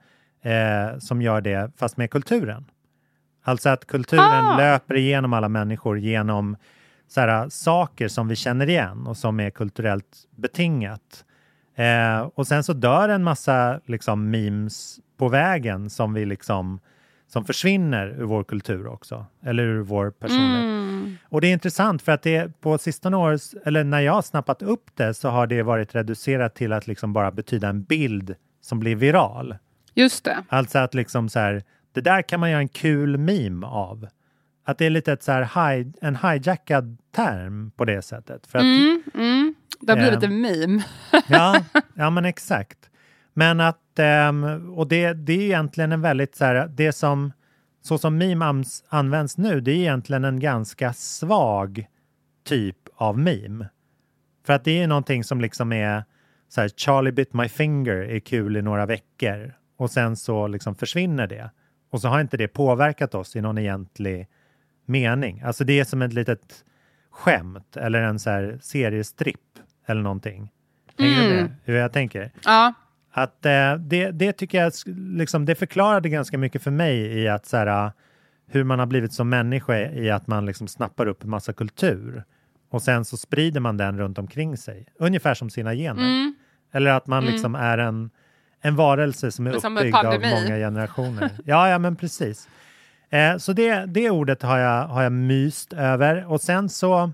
eh, som gör det fast med kulturen. Alltså att kulturen Ah. löper igenom alla människor genom så här, saker som vi känner igen och som är kulturellt betingat. Eh, och sen så dör en massa liksom, memes på vägen som vi liksom som försvinner ur vår kultur också. Eller ur vår personlighet. Mm. Och det är intressant för att det på sistone år, eller när jag har snappat upp det så har det varit reducerat till att liksom bara betyda en bild som blir viral. Just det. Alltså att liksom så här, det där kan man göra en kul meme av. Att det är lite ett så här hi, en hijackad term på det sättet. För att, Mm, mm. Det har blivit eh, en meme. ja, ja, men exakt. Men att, ehm, och det, det är egentligen en väldigt så här, det som, så som meme ans- används nu, det är egentligen en ganska svag typ av meme. För att det är någonting som liksom är så här, Charlie bit my finger är kul i några veckor. Och sen så liksom försvinner det. Och så har inte det påverkat oss i någon egentlig mening. Alltså det är som ett litet skämt eller en så här seriestripp eller någonting. Hänger Mm. du med hur jag tänker? Ja. Att eh, det, det tycker jag liksom, det förklarade ganska mycket för mig i att så här, hur man har blivit som människa i att man liksom snappar upp en massa kultur och sen så sprider man den runt omkring sig. Ungefär som sina gener. Mm. Eller att man Mm. liksom är en, en varelse som är Men som en uppbyggd av pandemi. många generationer. Ja, ja men precis. Eh, så det, det ordet har jag, har jag myst över. Och sen så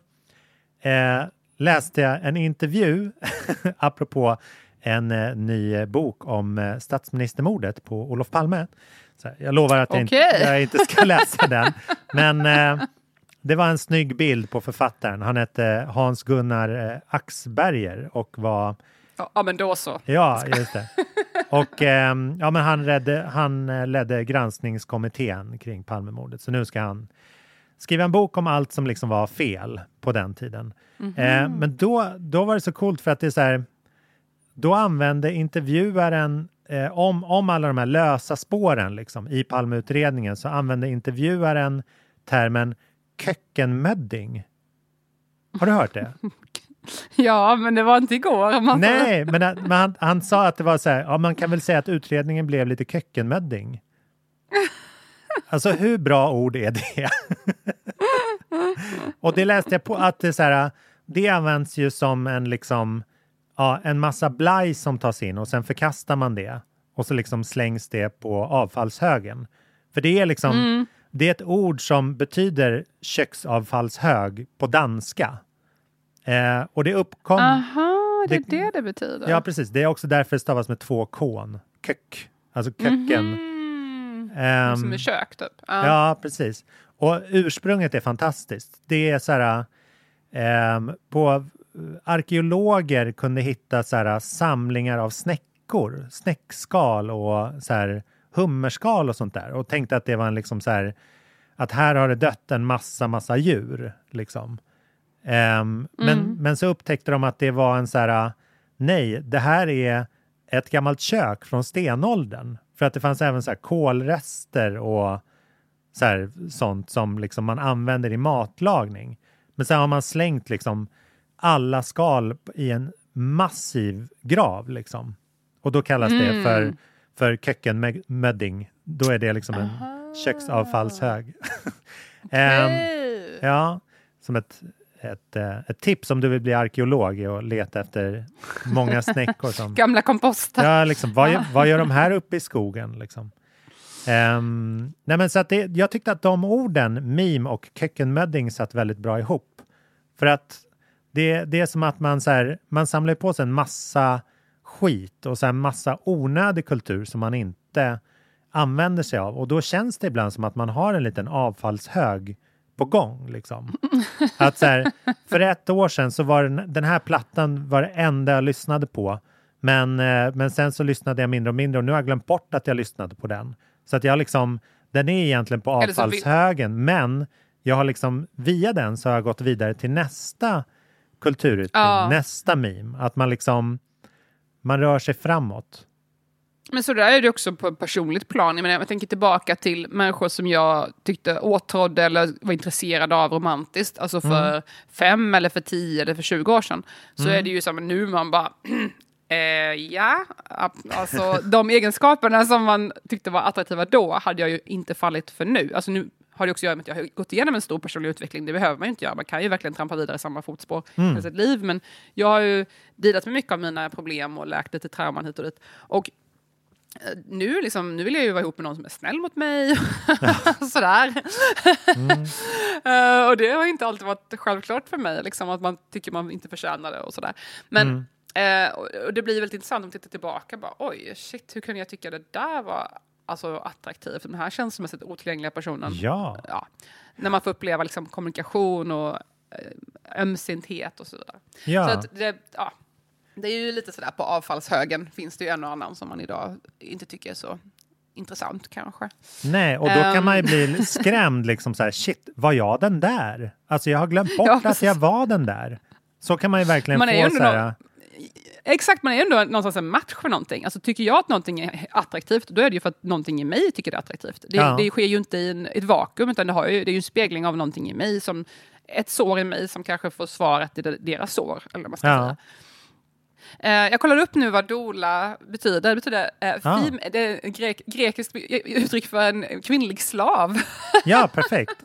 eh, läste jag en intervju apropå en eh, ny bok om eh, statsministermordet på Olof Palme. Så jag lovar att jag, inte, Okej. jag inte ska läsa den. Men eh, det var en snygg bild på författaren. Han hette Hans-Gunnar eh, Axberger och var... Ja, men då så. Ja, just det. Och eh, ja, men han, redde, han eh, ledde granskningskommittén kring Palmemordet. Så nu ska han skriva en bok om allt som liksom var fel på den tiden. Mhm. Eh, men då, då var det så coolt för att det är så här, då använde intervjuaren eh, om, om alla de här lösa spåren liksom, i Palmeutredningen så använde intervjuaren termen kökkenmödding. Har du hört det? Ja, men det var inte igår. Man... Nej, men, men han, han sa att det var så här, ja, man kan väl säga att utredningen blev lite kökkenmödding. Alltså hur bra ord är det? Och det läste jag på att det, så här, det används ju som en liksom ja, en massa blaj som tas in och sen förkastar man det och så liksom slängs det på avfallshögen. För det är liksom Mm. det är ett ord som betyder köksavfallshög på danska. Eh, och det uppkom... Aha, det är det, det det betyder. Ja, precis. Det är också därför det stavas med två K:n. Kök. Alltså köken. Mhm. Ehm, Som i kök typ. Ja. Ja, precis. Och ursprunget är fantastiskt. Det är så här... ehm, på arkeologer kunde hitta så här samlingar av snäckor. Snäckskal och så här hummerskal och sånt där. Och tänkte att det var en liksom så här... Att här har det dött en massa, massa djur. Liksom. Um, men, Mm. men så upptäckte de att det var en så här, nej, det här är ett gammalt kök från stenåldern. För att det fanns även så här kolrester och så här, sånt som liksom man använder i matlagning. Men sen har man slängt liksom alla skal i en massiv grav liksom. Och då kallas det Mm. för, för kökkenmödding. Då är det liksom en köksavfallshög. um, Hej. ja, som ett Ett, eh, ett tips om du vill bli arkeolog är att leta efter många snäckor. Som, Gamla komposter. ja, liksom, vad, gör, vad gör de här uppe i skogen? Liksom? Um, nej, men så att det, jag tyckte att de orden, meme och kökkenmödding, satt väldigt bra ihop. För att det, det är som att man, så här, man samlar på sig en massa skit och så här massa onödig kultur som man inte använder sig av. Och då känns det ibland som att man har en liten avfallshög på gång. Liksom. Att så här, för ett år sedan så var den, den här plattan var det enda jag lyssnade på. Men, eh, men sen så lyssnade jag mindre och mindre och nu har jag glömt bort att jag lyssnade på den. Så att jag liksom, den är egentligen på avfallshögen. Vi... Men jag har liksom, via den så har jag gått vidare till nästa kulturyttring, ja. nästa meme. Att man liksom, man rör sig framåt. Men så där är det också på ett personligt plan. Jag, menar, jag tänker tillbaka till människor som jag tyckte åtrådde eller var intresserade av romantiskt. Alltså för mm. fem eller för tio eller för tjugo år sedan. Så mm. är det ju som nu man bara... eh, ja, alltså de egenskaperna som man tyckte var attraktiva då hade jag ju inte fallit för nu. Alltså nu har det också att göra med att jag har gått igenom en stor personlig utveckling. Det behöver man ju inte göra. Man kan ju verkligen trampa vidare i samma fotspår mm. i sitt liv. Men jag har ju dealat med mycket av mina problem och läkt lite trauman hit och dit. Och Nu, liksom, nu vill jag ju vara ihop med någon som är snäll mot mig. Sådär. Mm. uh, och det har inte alltid varit självklart för mig. Liksom, att man tycker man inte förtjänar det och sådär. Men mm. uh, och det blir väldigt intressant om man tittar tillbaka. Bara, oj, shit, hur kunde jag tycka det där var alltså, attraktivt? Den här känslomässigt otillgängliga personen. Ja. Ja. När man får uppleva liksom, kommunikation och uh, ömsinthet och så vidare. Ja. Så att det, ja. Det är ju lite sådär på avfallshögen finns det ju en och annan som man idag inte tycker är så intressant kanske. Nej, och då um, kan man ju bli skrämd liksom så här, shit, var jag den där? Alltså jag har glömt bort ja, att jag var den där. Så kan man ju verkligen man få så här... Någon, exakt, man är ju ändå någonstans en match för någonting. Alltså tycker jag att någonting är attraktivt, då är det ju för att någonting i mig tycker det är attraktivt. Det, ja. det sker ju inte i en, ett vakuum, utan det, har ju, det är ju en spegling av någonting i mig, som ett sår i mig som kanske får svaret i deras sår, eller vad man ska ja. säga. Uh, jag kollar upp nu vad doula betyder. Det betyder uh, ah. fem, det är grek, grekiskt uttryck för en kvinnlig slav. Ja, perfekt.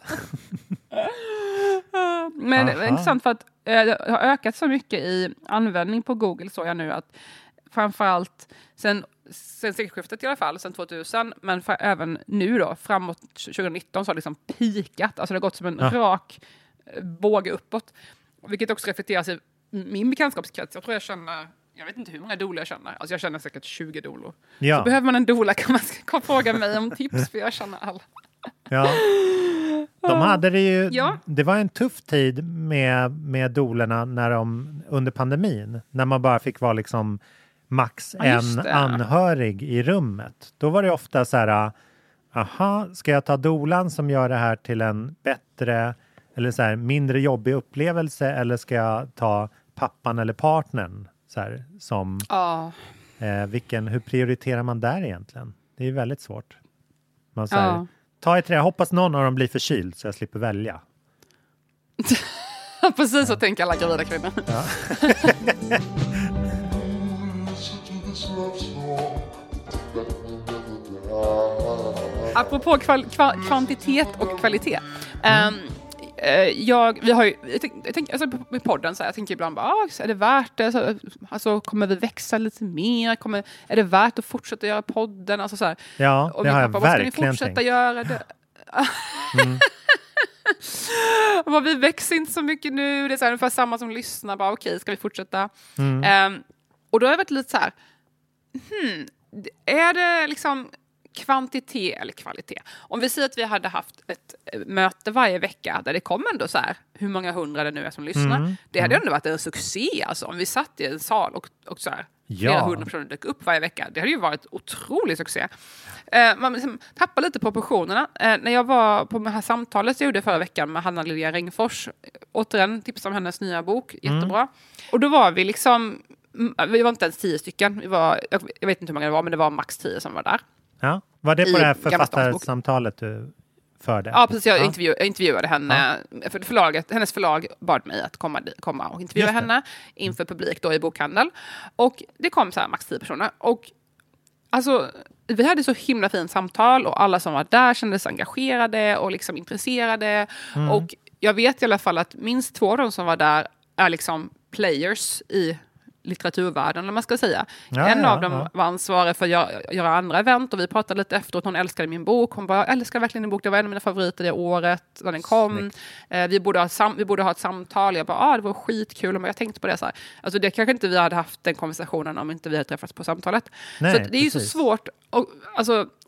uh, men det är intressant för att uh, det har ökat så mycket i användning på Google, så jag nu att framförallt sen, sen sekelskiftet i alla fall, sen tvåtusen, men för, även nu då, framåt tjugonitton så har det liksom pikat. Alltså det har gått som en ah. rak uh, båge uppåt. Vilket också reflekteras i min bekantskapskrets. Jag tror jag känner, jag vet inte hur många doulor jag känner. Alltså jag känner säkert tjugo doulor. Ja. Så behöver man en doula kan man kan fråga mig om tips, för jag känner alla. Ja. De hade det ju, ja. Det var en tuff tid med, med doulorna när de, under pandemin. När man bara fick vara liksom max ja, en anhörig i rummet. Då var det ofta så här, aha, ska jag ta doulan som gör det här till en bättre eller så här, mindre jobbig upplevelse, eller ska jag ta pappan eller partnern så här, som oh. eh, vilken, hur prioriterar man där egentligen? Det är väldigt svårt. Man så här, oh. ta i trä, jag hoppas någon av dem blir förkyld så jag slipper välja. Precis ja. Så tänker alla gravida kvinnor. Ja. Apropå kval- kva- kvantitet och kvalitet. Mm. Um, Jag, vi har ju, jag tänker, jag tänker, alltså på podden så här, jag tänker ibland bara, ah, är det värt det? Så, alltså, kommer vi växa lite mer? Kommer, är det värt att fortsätta göra podden? Alltså, så här, ja, och det har jag pappa, verkligen vad ska ni fortsätta tänkt. göra det? Mm. Vi växer inte så mycket nu. Det är så här, ungefär samma som lyssnar. Bara, okej, okay, ska vi fortsätta? Mm. Um, och då har jag varit lite så här, hmm, är det liksom kvantitet eller kvalitet? Om vi säger att vi hade haft ett möte varje vecka där det kom ändå så här, hur många hundra det nu är som lyssnar. Mm. Det hade mm. ändå varit en succé alltså. Om vi satt i en sal och, och så här, flera ja. hundra personer dök upp varje vecka. Det hade ju varit otrolig succé. Eh, man liksom tappar lite proportionerna. Eh, när jag var på det här samtalet jag gjorde förra veckan med Hanna-Lilia Ringfors, återigen tipsade om hennes nya bok, jättebra. Mm. Och då var vi liksom, vi var inte ens tio stycken. Vi var, jag, jag vet inte hur många det var, men det var max tio som var där. Ja, var det på I det här författarsamtalet du förde? Ja, precis. Jag, ja. Intervju, jag intervjuade henne. Ja. För förlaget, hennes förlag bad mig att komma, komma och intervjua henne inför publik då i bokhandel. Och det kom så här max tio personer. Och alltså, vi hade så himla fint samtal och alla som var där kändes engagerade och liksom intresserade. Mm. Och jag vet i alla fall att minst två av dem som var där är liksom players i litteraturvärlden, eller man ska säga. Ja, en ja, av dem ja. var ansvarig för att göra, göra andra event och vi pratade lite efteråt. Hon älskade min bok. Hon bara, jag älskar verkligen din bok. Det var en av mina favoriter det året när den kom. Eh, vi, borde ha sam- vi borde ha ett samtal. Jag bara, ah, det var skitkul. Men jag tänkte på det så här. Alltså det kanske inte vi hade haft den konversationen om inte vi hade träffats på samtalet. Nej, så det är ju så svårt. Och, alltså,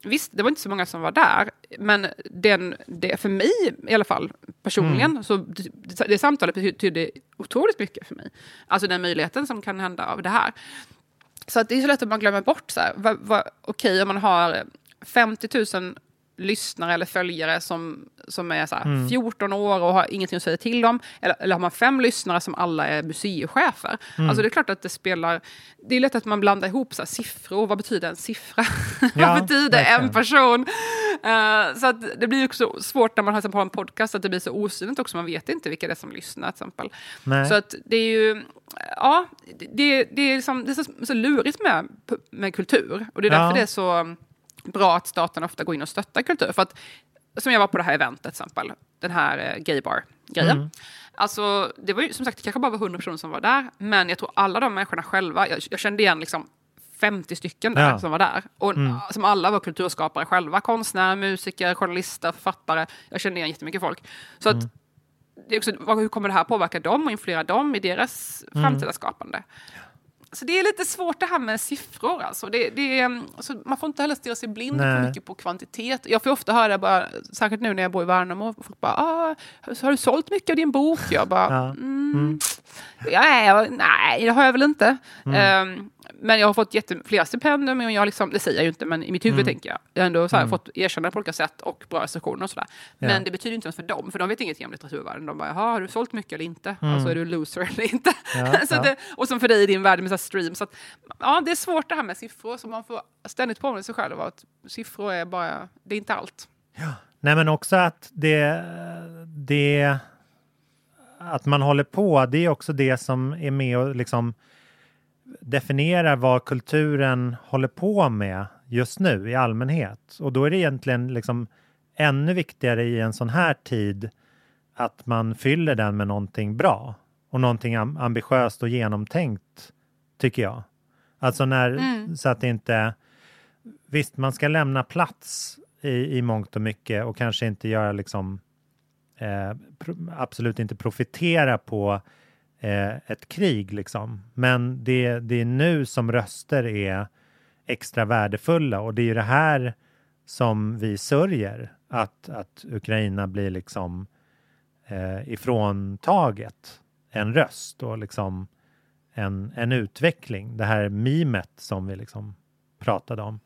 visst, det var inte så många som var där, men den, det för mig i alla fall, personligen, mm. så det, det samtalet betydde otroligt mycket för mig. Alltså den möjligheten som kan hända av det här. Så att det är så lätt att man glömmer bort så här, vad, vad, okej, om man har femtio tusen lyssnare eller följare som, som är så här mm. fjorton år och har ingenting att säga till om, eller, eller har man fem lyssnare som alla är museichefer. Mm. Alltså det är klart att det spelar, det är lätt att man blandar ihop så här, siffror, vad betyder en siffra? Ja, vad betyder verkligen. en person? Uh, så att det blir också svårt när man har, har en podcast att det blir så osynligt också, man vet inte vilka det är som lyssnar till exempel. Nej. Så att det är ju, ja, det, det är, liksom, det är så, så lurigt med, med kultur, och det är därför ja. det är så bra att staten ofta går in och stöttar kultur. För att, som jag var på det här eventet till exempel, den här eh, gaybar-grejen. Mm. Alltså, det var ju som sagt, det kanske bara var hundra personer som var där, men jag tror alla de människorna själva, jag, jag kände igen liksom femtio stycken där ja. som var där. Och mm. som alla var kulturskapare själva, konstnärer, musiker, journalister, författare. Jag kände igen jättemycket folk. Så mm. att, det är också, hur kommer det här påverka dem och influera dem i deras mm. framtida skapande? Så det är lite svårt det här med siffror. Alltså. Det, det är, alltså man får inte heller stirra sig blind för mycket på kvantitet. Jag får ofta höra, bara, särskilt nu när jag bor i Värnamo, och folk bara, ah, så har du sålt mycket av din bok? Jag bara, ja. mm, mm. Ja, nej, det har jag väl inte. Mm. Um, men jag har fått jätteflera stipendier, men jag liksom, det säger jag ju inte, men i mitt huvud mm. tänker jag. Jag har ändå så här, mm. fått erkänna på olika sätt och bra recensioner och sådär. Men ja. det betyder inte ens för dem, för de vet ingenting om litteraturvärlden. De bara, har du sålt mycket eller inte? Mm. Alltså är du loser eller inte? Ja, så ja. Det, och som för dig i din värld med så här stream. Så att, ja, det är svårt det här med siffror, så man får ständigt påminna sig själv att siffror är bara, det är inte allt. Ja. Nej, men också att det, det att man håller på, det är också det som är med och liksom definierar vad kulturen håller på med just nu i allmänhet. Och då är det egentligen liksom ännu viktigare i en sån här tid att man fyller den med någonting bra och någonting ambitiöst och genomtänkt, tycker jag. Alltså när, mm. så att det inte, visst man ska lämna plats i, i mångt och mycket och kanske inte göra liksom eh, pro, absolut inte profitera på eh, ett krig liksom. Men det, det är nu som röster är extra värdefulla, och det är ju det här som vi sörjer, att, att Ukraina blir liksom eh, ifråntaget en röst och liksom en, en utveckling. Det här mimet som vi liksom pratade om.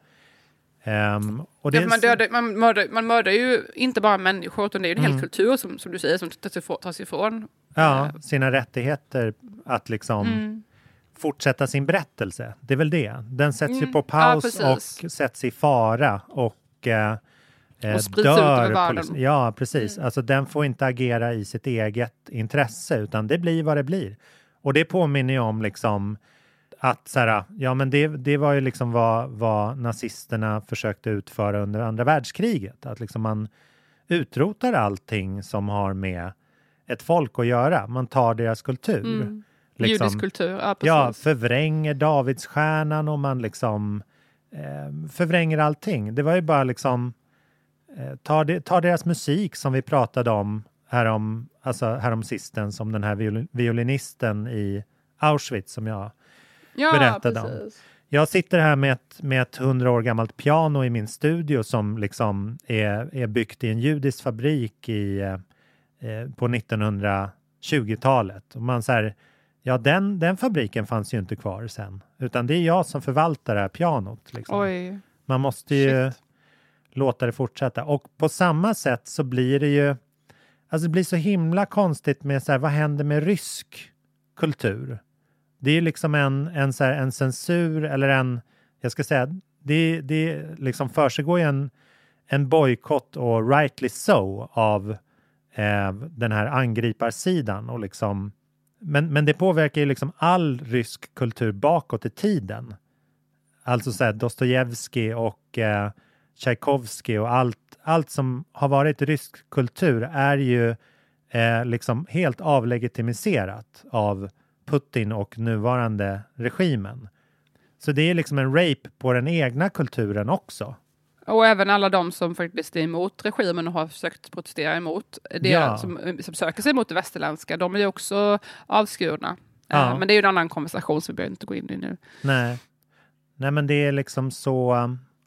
Um, och det ja, man, dödar, man, mördar, man mördar ju inte bara människor, utan det är ju en mm. hel kultur som, som du säger, som tas ifrån. Ja, sina rättigheter att liksom mm. fortsätta sin berättelse. Det är väl det. Den sätts mm. ju på paus ja, och sätts i fara och, eh, och sprids dör. Ut över världen. Ja, precis. Mm. Alltså den får inte agera i sitt eget intresse, utan det blir vad det blir. Och det påminner ju om liksom att så här, ja men det, det var ju liksom vad, vad nazisterna försökte utföra under andra världskriget. Att liksom man utrotar allting som har med ett folk att göra. Man tar deras kultur. Mm. Liksom, judisk kultur, ja, precis. Ja, förvränger Davidsstjärnan och man liksom eh, förvränger allting. Det var ju bara liksom eh, ta, de, ta deras musik som vi pratade om härom, alltså härom sisten, som den här viol, violinisten i Auschwitz som jag ja, berättade precis. om. Jag sitter här med ett, med ett hundra år gammalt piano i min studio som liksom är, är byggt i en judisk fabrik i, eh, på nittonhundratjugotalet. Och man så här, ja den, den fabriken fanns ju inte kvar sen. Utan det är jag som förvaltar det här pianot. Liksom. Oj. Man måste ju Shit. låta det fortsätta. Och på samma sätt så blir det ju, alltså det blir så himla konstigt med så här, vad händer med rysk kultur? Det är liksom en, en, så här, en censur eller en, jag ska säga, det, det liksom försiggår ju en, en bojkott och rightly so av eh, den här angriparsidan. Och liksom, men, men det påverkar ju liksom all rysk kultur bakåt i tiden. Alltså så här Dostojevskij och eh, Tchaikovsky och allt, allt som har varit rysk kultur är ju eh, liksom helt avlegitimiserat av Putin och nuvarande regimen. Så det är liksom en rape på den egna kulturen också. Och även alla de som faktiskt är emot regimen och har försökt protestera emot det ja. som, som söker sig mot det västerländska, de är ju också avskurna. Ja. Uh, men det är ju en annan konversation som vi behöver inte gå in i nu. Nej. Nej, men det är liksom så,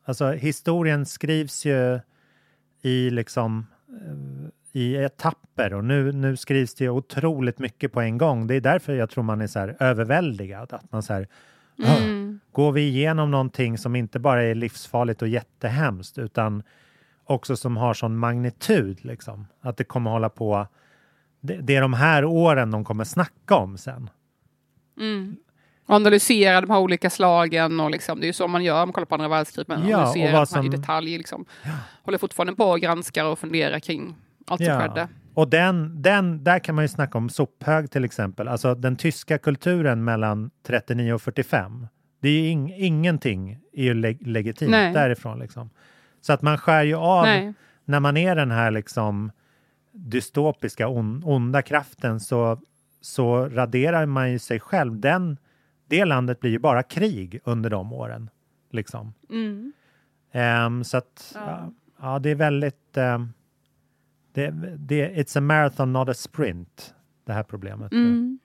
Alltså historien skrivs ju i liksom i etapper och nu, nu skrivs det otroligt mycket på en gång. Det är därför jag tror man är så här överväldigad. Att man så här, mm. går vi igenom någonting som inte bara är livsfarligt och jättehemskt utan också som har sån magnitud liksom. Att det kommer hålla på, det, det är de här åren de kommer snacka om sen. Mm. Analysera de här olika slagen och liksom, det är ju så man gör om man kollar på andra världskriget, men ja, analysera och vad som... i detalj liksom. Ja. Håller fortfarande på och granskar och funderar kring allt som ja. skedde. Och den, den, där kan man ju snacka om sophög till exempel. Alltså den tyska kulturen mellan trettionio och fyrtiofem. Det är ju ing, ingenting är ju leg, legitimt Nej. därifrån liksom. Så att man skär ju av Nej. när man är den här liksom dystopiska on, onda kraften så, så raderar man ju sig själv. Den, det landet blir ju bara krig under de åren liksom. Mm. Um, så att ja. Ja, ja, det är väldigt um, det, det, it's a marathon not a sprint, det här problemet. Mm.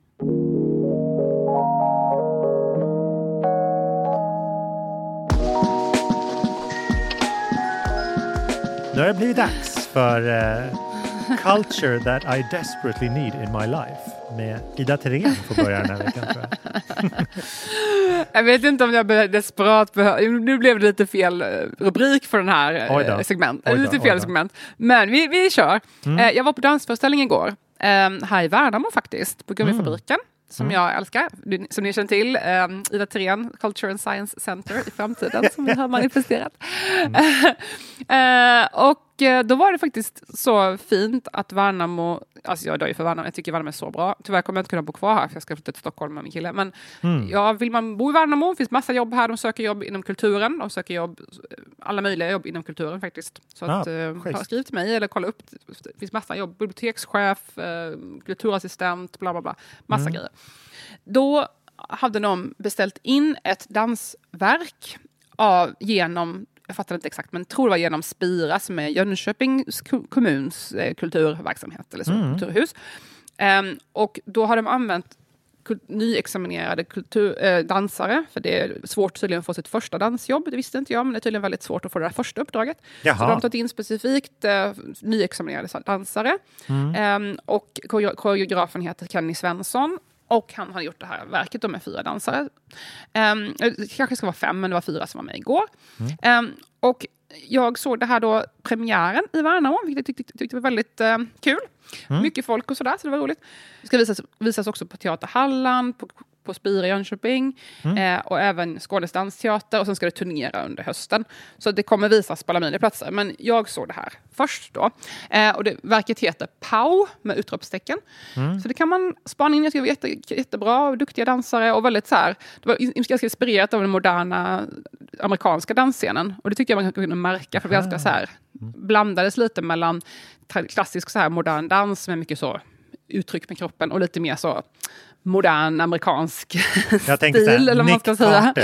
Nu har det blivit dags för uh, Culture that I desperately need in my life. Med Ida Thirén får börja den här veckan, tror jag. Jag vet inte om jag be- desperat behöver... Nu blev det lite fel rubrik för den här segmentet. Lite fel segment. Men vi, vi kör. Mm. Eh, jag var på dansföreställning igår. Eh, här i Värnamo faktiskt. På Gummifabriken. Mm. Som mm. jag älskar. Som ni känner till. Eh, Ida Thirén, Culture and Science Center i framtiden. Som vi har manifesterat. Mm. eh, och då var det faktiskt så fint att Värnamo, alltså jag dör ju för Värnamo, jag tycker Värnamo är så bra. Tyvärr kommer jag inte kunna bo kvar här för jag ska flytta till Stockholm med min kille. Men mm. ja, vill man bo i Värnamo, det finns massa jobb här. De söker jobb inom kulturen, de söker jobb, alla möjliga jobb inom kulturen faktiskt. Så ah, att, eh, skriv till mig eller kolla upp, det finns massa jobb. Bibliotekschef, eh, kulturassistent, bla bla bla. Massa mm. grejer. Då hade de beställt in ett dansverk av, genom... Jag fattar inte exakt, men tror det var genom Spira som är Jönköpings kommuns eh, kulturverksamhet eller så, mm. kulturhus. Um, och då har de använt kul- nyexaminerade kultur, eh, dansare, för det är svårt tydligen att få sitt första dansjobb, det visste inte jag, men det är tydligen väldigt svårt att få det där första uppdraget. Jaha. Så de har tagit in specifikt eh, nyexaminerade dansare. Mm. Um, och koreografen heter Kenny Svensson. Och han har gjort det här verket då med fyra dansare. Um, det kanske ska vara fem, men det var fyra som var med igår. Mm. Um, och jag såg det här då, premiären i Värnamo, vilket jag tyckte, tyckte var väldigt uh, kul. Mm. Mycket folk och sådär, så det var roligt. Det ska visas, visas också på Teater Halland, på, på Spira i Jönköping. Mm. Eh, och även Skånes dansteater. Och sen ska det turnera under hösten. Så det kommer visas på alla möjliga platser. Men jag såg det här först då. Eh, och det, verket heter Pau med utropstecken. Mm. Så det kan man spana in. Jag tycker det var jätte, jättebra och duktiga dansare. Och väldigt så här, det var ganska inspirerat av den moderna amerikanska dansscenen. Och det tycker jag man kunde märka. För det var ganska så här, blandades lite mellan klassisk så här modern dans med mycket så uttryck med kroppen och lite mer så modern amerikansk jag stil här, eller vad man ska säga.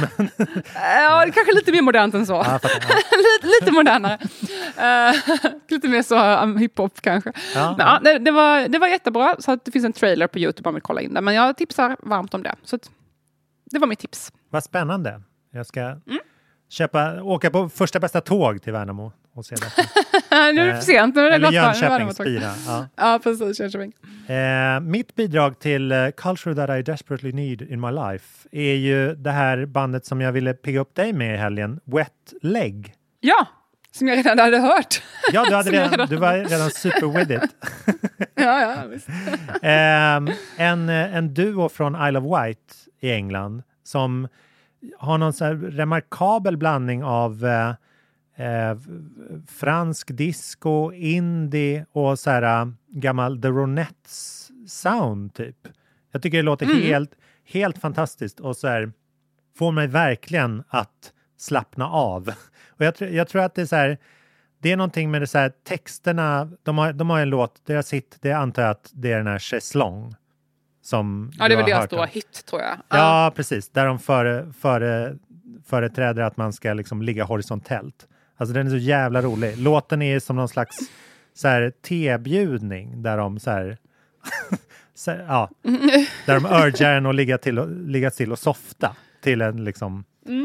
Ja, kanske lite mer modernt än så. Ja, lite, lite modernare. Uh, lite mer så um, hiphop kanske. Ja, men, ja. Det, det, var, det var jättebra, så att det finns en trailer på YouTube om man vill kolla in det. Men jag tipsar varmt om det. Så att, det var mitt tips. Vad spännande. Jag ska mm. köpa, åka på första bästa tåg till Värnamo och se det. Nu är det för sent. Nu är det eller Jönköping, Spira. Ja, ja precis. Jönköping. Eh, mitt bidrag till uh, Culture that I desperately need in my life är ju det här bandet som jag ville pigga upp dig med i helgen. Wet Leg. Ja, som jag redan hade hört. Ja, du, hade redan, redan... du var redan super with it. ja, ja, visst. eh, en, en duo från Isle of Wight i England som har någon så här remarkabel blandning av eh, eh, fransk disco, indie och så här äh, gammal The Ronettes sound typ. Jag tycker det låter mm. helt, helt fantastiskt och så här får mig verkligen att slappna av. Och jag, jag tror att det är så här, det är någonting med det så här texterna, de har, de har en låt, deras hit, det antar jag att det är den här Chaiselong. Som ja, det är väl deras stora hit, tror jag. Ja, uh. precis. Där de före, före, företräder att man ska liksom ligga horisontellt. Alltså den är så jävla rolig. Låten är som någon slags så här tebjudning där de så här, så här ja, där de urgar en att ligga till och ligga till och softa till en liksom mm.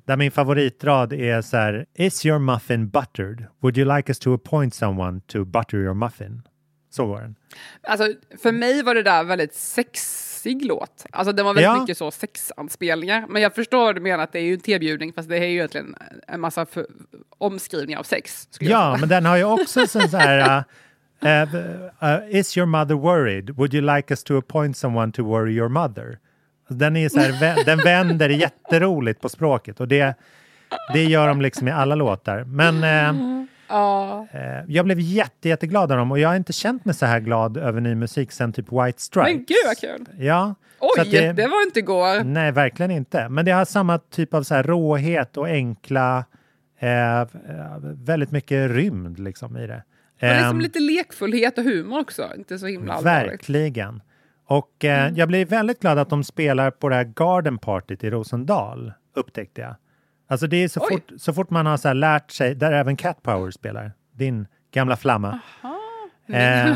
Där min favoritrad är så här: Is your muffin buttered? Would you like us to appoint someone to butter your muffin? Så går den. Alltså, för mig var det där väldigt sexig låt. Alltså den var väldigt Ja. mycket så sexanspelningar. Men jag förstår vad du menar, att det är ju en tebjudning, fast det är ju egentligen en massa för, omskrivningar av sex. Ja, men den har ju också sån så här... Uh, uh, uh, is your mother worried? Would you like us to appoint someone to worry your mother? Den är så här, den vänder jätteroligt på språket, och det, det gör de liksom i alla låtar. Men uh, Ja. uh, jag blev jätte, jätteglad av dem, och jag har inte känt mig så här glad över ny musik sen typ White Stripes. Men gud vad kul. Ja. Oj, så att det, det var inte igår. Nej, verkligen inte. Men det har samma typ av så här råhet och enkla, eh, väldigt mycket rymd liksom i det. Men liksom Um, lite lekfullhet och humor också. Inte så himla allvarligt. Verkligen. Och eh, Mm. jag blir väldigt glad att de spelar på det här Garden Partyt i Rosendal, upptäckte jag. Alltså det är så fort, så fort man har så här lärt sig, där även Cat Power spelar, din gamla flamma. Eh,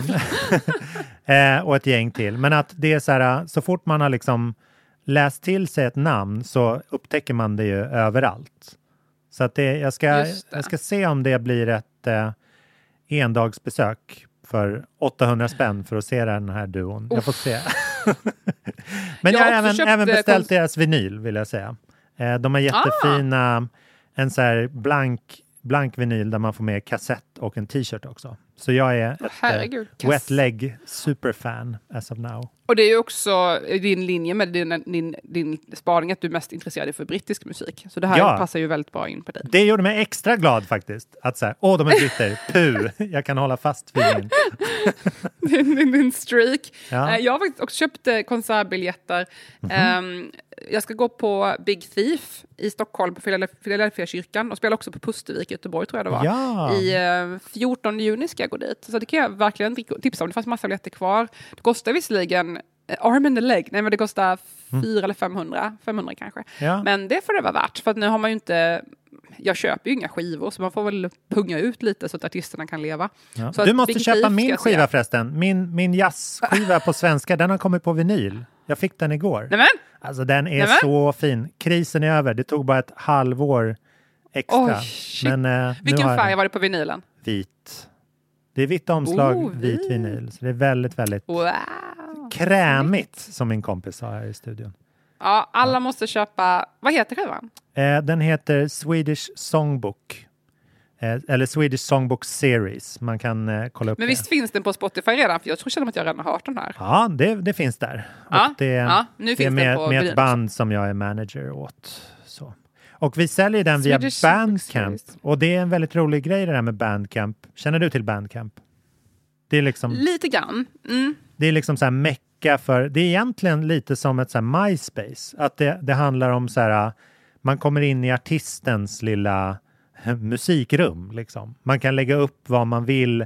eh, och ett gäng till. Men att det är så här, så fort man har liksom läst till sig ett namn så upptäcker man det ju överallt. Så att det, jag, ska, jag ska se om det blir ett eh, endagsbesök för åttahundra spänn för att se den här duon. Jag får se. Men jag, Jag har har även, köpt, även eh, beställt konst- deras vinyl, vill jag säga. Eh, de har jättefina, en så här blank, blank vinyl där man får med kassett och en t-shirt också. Så jag är ett Herregud, eh, wet leg superfan as of now. Och det är ju också din linje med din, din, din spaning att du är mest intresserad för brittisk musik. Så det här Ja. passar ju väldigt bra in på dig. Det gjorde mig extra glad faktiskt. Att säga, åh de är britter, puh, jag kan hålla fast vid min. din, din, din streak. Ja. Eh, Jag har faktiskt också köpt eh, konsertbiljetter. Mhm. Um, jag ska gå på Big Thief i Stockholm på Philadelphia kyrkan och spela också på Pustervik i Göteborg, tror jag det var. Ja. I uh, fjortonde juni ska jag gå dit. Så det kan jag verkligen tipsa om. Det fanns massa biljetter kvar. Det kostar visserligen uh, arm and a leg. Nej, men det kostar Mm. fyra eller femhundra. femhundra kanske. Ja. Men det får det vara värt. För att nu har man ju inte... Jag köper ju inga skivor, så man får väl punga ut lite så att artisterna kan leva. Ja. Så Du att måste Big köpa Thief ska min jag skiva se. förresten. Min, min jazzskiva på svenska, den har kommit på vinyl. Jag fick den igår. Nämen! Alltså den är Nämen! så fin. Krisen är över. Det tog bara ett halvår extra. Oj, shit. Men, eh, Vilken nu har färg jag var det på vinylen? vit. Det är vitt omslag, Oh, vit vit. vinyl. Så det är väldigt, väldigt Wow! krämigt, som min kompis sa här i studion. Ja, alla måste köpa... Vad heter skivan? Eh, den heter Swedish Songbook. Eh, eller Swedish Songbook Series. Man kan eh, kolla upp Men det. visst finns den på Spotify redan? För jag tror känner att jag redan har hört den här. Ja, det, det finns där. Ja, Och det, ja, nu det är finns med, den på med vinyl ett band som jag är manager åt. Så. Och vi säljer den via Swedish Bandcamp. Series. Och det är en väldigt rolig grej det där med Bandcamp. Känner du till Bandcamp? Det är liksom, Lite grann. Mm. det är liksom så här mecka för... Det är egentligen lite som ett så här MySpace. Att det, det handlar om så här... Man kommer in i artistens lilla musikrum. Liksom. Man kan lägga upp vad man vill.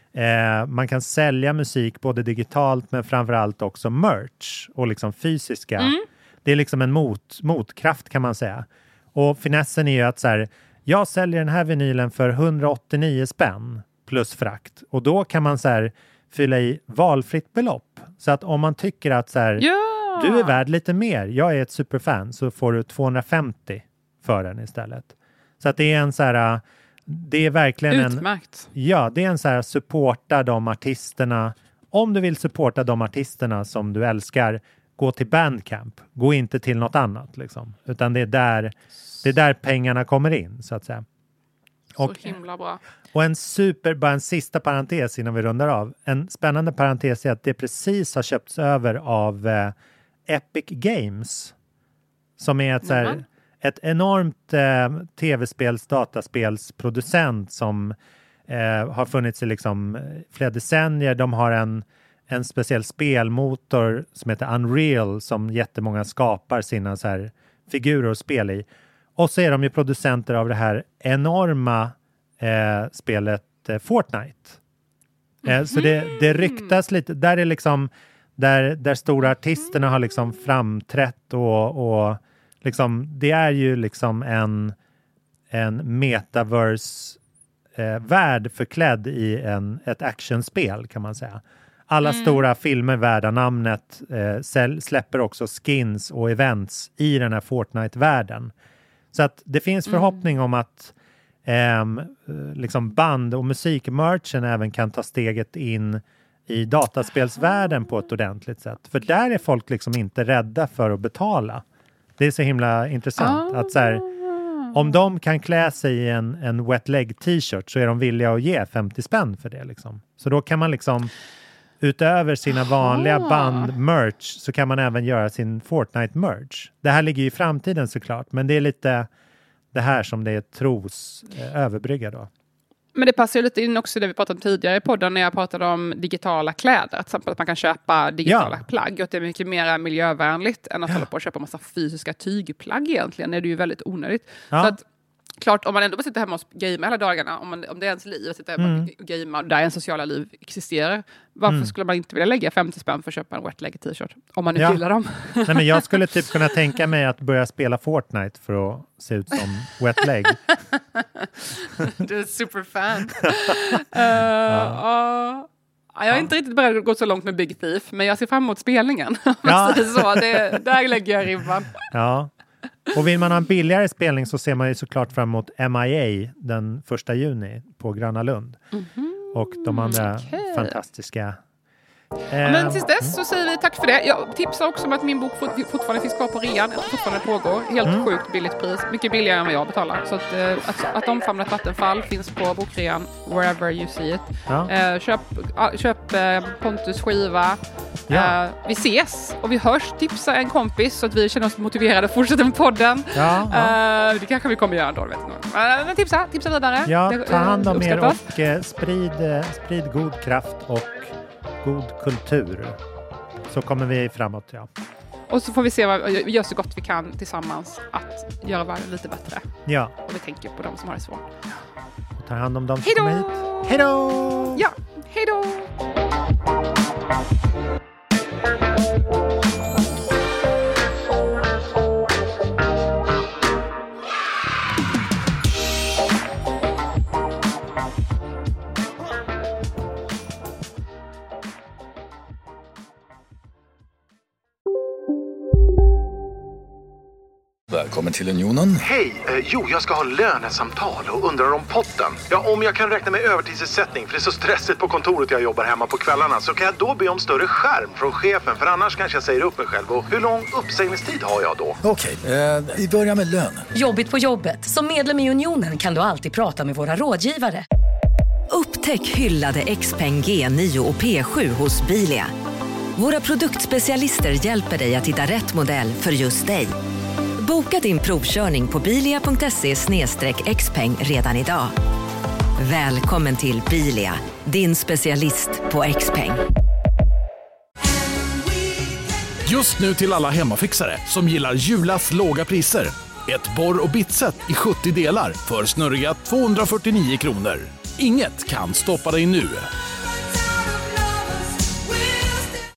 Eh, man kan sälja musik både digitalt men framförallt också merch och liksom fysiska. Mm. Det är liksom en mot, motkraft kan man säga. Och finessen är ju att så här, jag säljer den här vinylen för hundraåttionio spänn plus frakt. Och då kan man så här fylla i valfritt belopp. Så att om man tycker att så här, Ja! du är värd lite mer, jag är ett superfan, så får du tvåhundrafemtio för den istället. Så att det är en så här, det är verkligen en... Utmärkt. Ja, det är en så här supporta de artisterna. Om du vill supporta de artisterna som du älskar, gå till Bandcamp. Gå inte till något annat liksom. Utan det är där, det är där pengarna kommer in, så att säga. Så Och, himla bra. och en super, bara en sista parentes innan vi rundar av. En spännande parentes är att det precis har köpts över av eh, Epic Games. Som är ett, så här, Nämen. ett enormt eh, tv-spels, dataspelsproducent som eh, har funnits i liksom flera decennier. De har en, en speciell spelmotor som heter Unreal som jättemånga skapar sina så här figurer och spel i. Och så är de ju producenter av det här enorma eh, spelet eh, Fortnite. Eh, så det, det ryktas lite, där är liksom där, där stora artisterna har liksom framträtt och, och liksom, det är ju liksom en, en metaverse eh, värld förklädd i en, ett actionspel kan man säga. Alla Mm. stora filmer värda namnet eh, säl, släpper också skins och events i den här Fortnite-världen. Så att det finns förhoppning mm. om att eh, liksom band- och musikmerchen även kan ta steget in i dataspelsvärlden på ett ordentligt sätt. För där är folk liksom inte rädda för att betala. Det är så himla intressant. Ah. Att så här, om de kan klä sig i en, en wet leg t-shirt så är de villiga att ge femtio spänn för det. Liksom. Så då kan man liksom utöver sina vanliga ah. band-merch så kan man även göra sin Fortnite-merch. Det här ligger ju i framtiden såklart. Men det är lite det här som det är tros eh, överbrygga då. Men det passar ju lite in också det vi pratade om tidigare i podden när jag pratade om digitala kläder. Till exempel att man kan köpa digitala ja. plagg och att det är mycket mer miljövänligt än att ja. hålla på och köpa massa fysiska tygplagg egentligen. Det är ju väldigt onödigt. Ja. Så att klart, om man ändå sitter hemma och gamea hela dagarna, om, man, om det är ens liv att sitta hemma mm. och gamea där ens sociala liv existerar, varför mm. skulle man inte vilja lägga femtio spänn för att köpa en wet leg t-shirt? Om man nu ja. gillar dem. Nej, men jag skulle typ kunna tänka mig att börja spela Fortnite för att se ut som wet leg. Du är superfan. uh, ja. uh, jag är inte riktigt beredd att gå så långt med Big Thief, men jag ser fram emot spelningen. Ja. så, det, där lägger jag ribban. Ja. Och vill man ha en billigare spelning så ser man ju såklart fram emot M I A den första juni på Gröna Lund. Mm-hmm. Och de andra okay. fantastiska... Ja, men tills dess så säger vi tack för det. Jag tipsar också om att min bok fortfarande finns kvar på rean. Fortfarande pågår. Helt mm. sjukt billigt pris. Mycket billigare än vad jag betalar. Så att, att, att omfamna ett vattenfall finns på bokrean. Wherever you see it. Ja. Eh, köp köp eh, Pontus skiva. Ja. Eh, vi ses och vi hörs. Tipsa en kompis så att vi känner oss motiverade att fortsätta med podden. Ja, ja. Eh, det kanske vi kommer göra då. Vet jag. Men tipsa, tipsa vidare. Ja, ta hand om er och eh, sprid, sprid god kraft och god kultur. Så kommer vi framåt, ja. Och så får vi se vad vi gör så gott vi kan tillsammans att göra världen lite bättre. Ja. Och vi tänker på de som har det svårt. Och ta hand om dem som Hejdå! kommer hit. Hej då! Ja, hej då! Välkommen till Unionen. Hej, eh, jo jag ska ha lönesamtal och undrar om potten. Ja, om jag kan räkna med övertidsersättning för det är så stressigt på kontoret jag jobbar hemma på kvällarna så kan jag då be om större skärm från chefen för annars kanske jag säger upp mig själv. Och hur lång uppsägningstid har jag då? Okej, eh, vi börjar med lön. Jobbigt på jobbet. Som medlem i Unionen kan du alltid prata med våra rådgivare. Upptäck hyllade Xpeng G nio och P sju hos Bilia. Våra produktspecialister hjälper dig att hitta rätt modell för just dig. Boka din provkörning på bilia punkt se slash xpeng redan idag. Välkommen till Bilia, din specialist på Xpeng. Just nu till alla hemmafixare som gillar Julas låga priser. Ett borr- och bitset i sjuttio delar för snurriga tvåhundrafyrtionio kronor. Inget kan stoppa dig nu.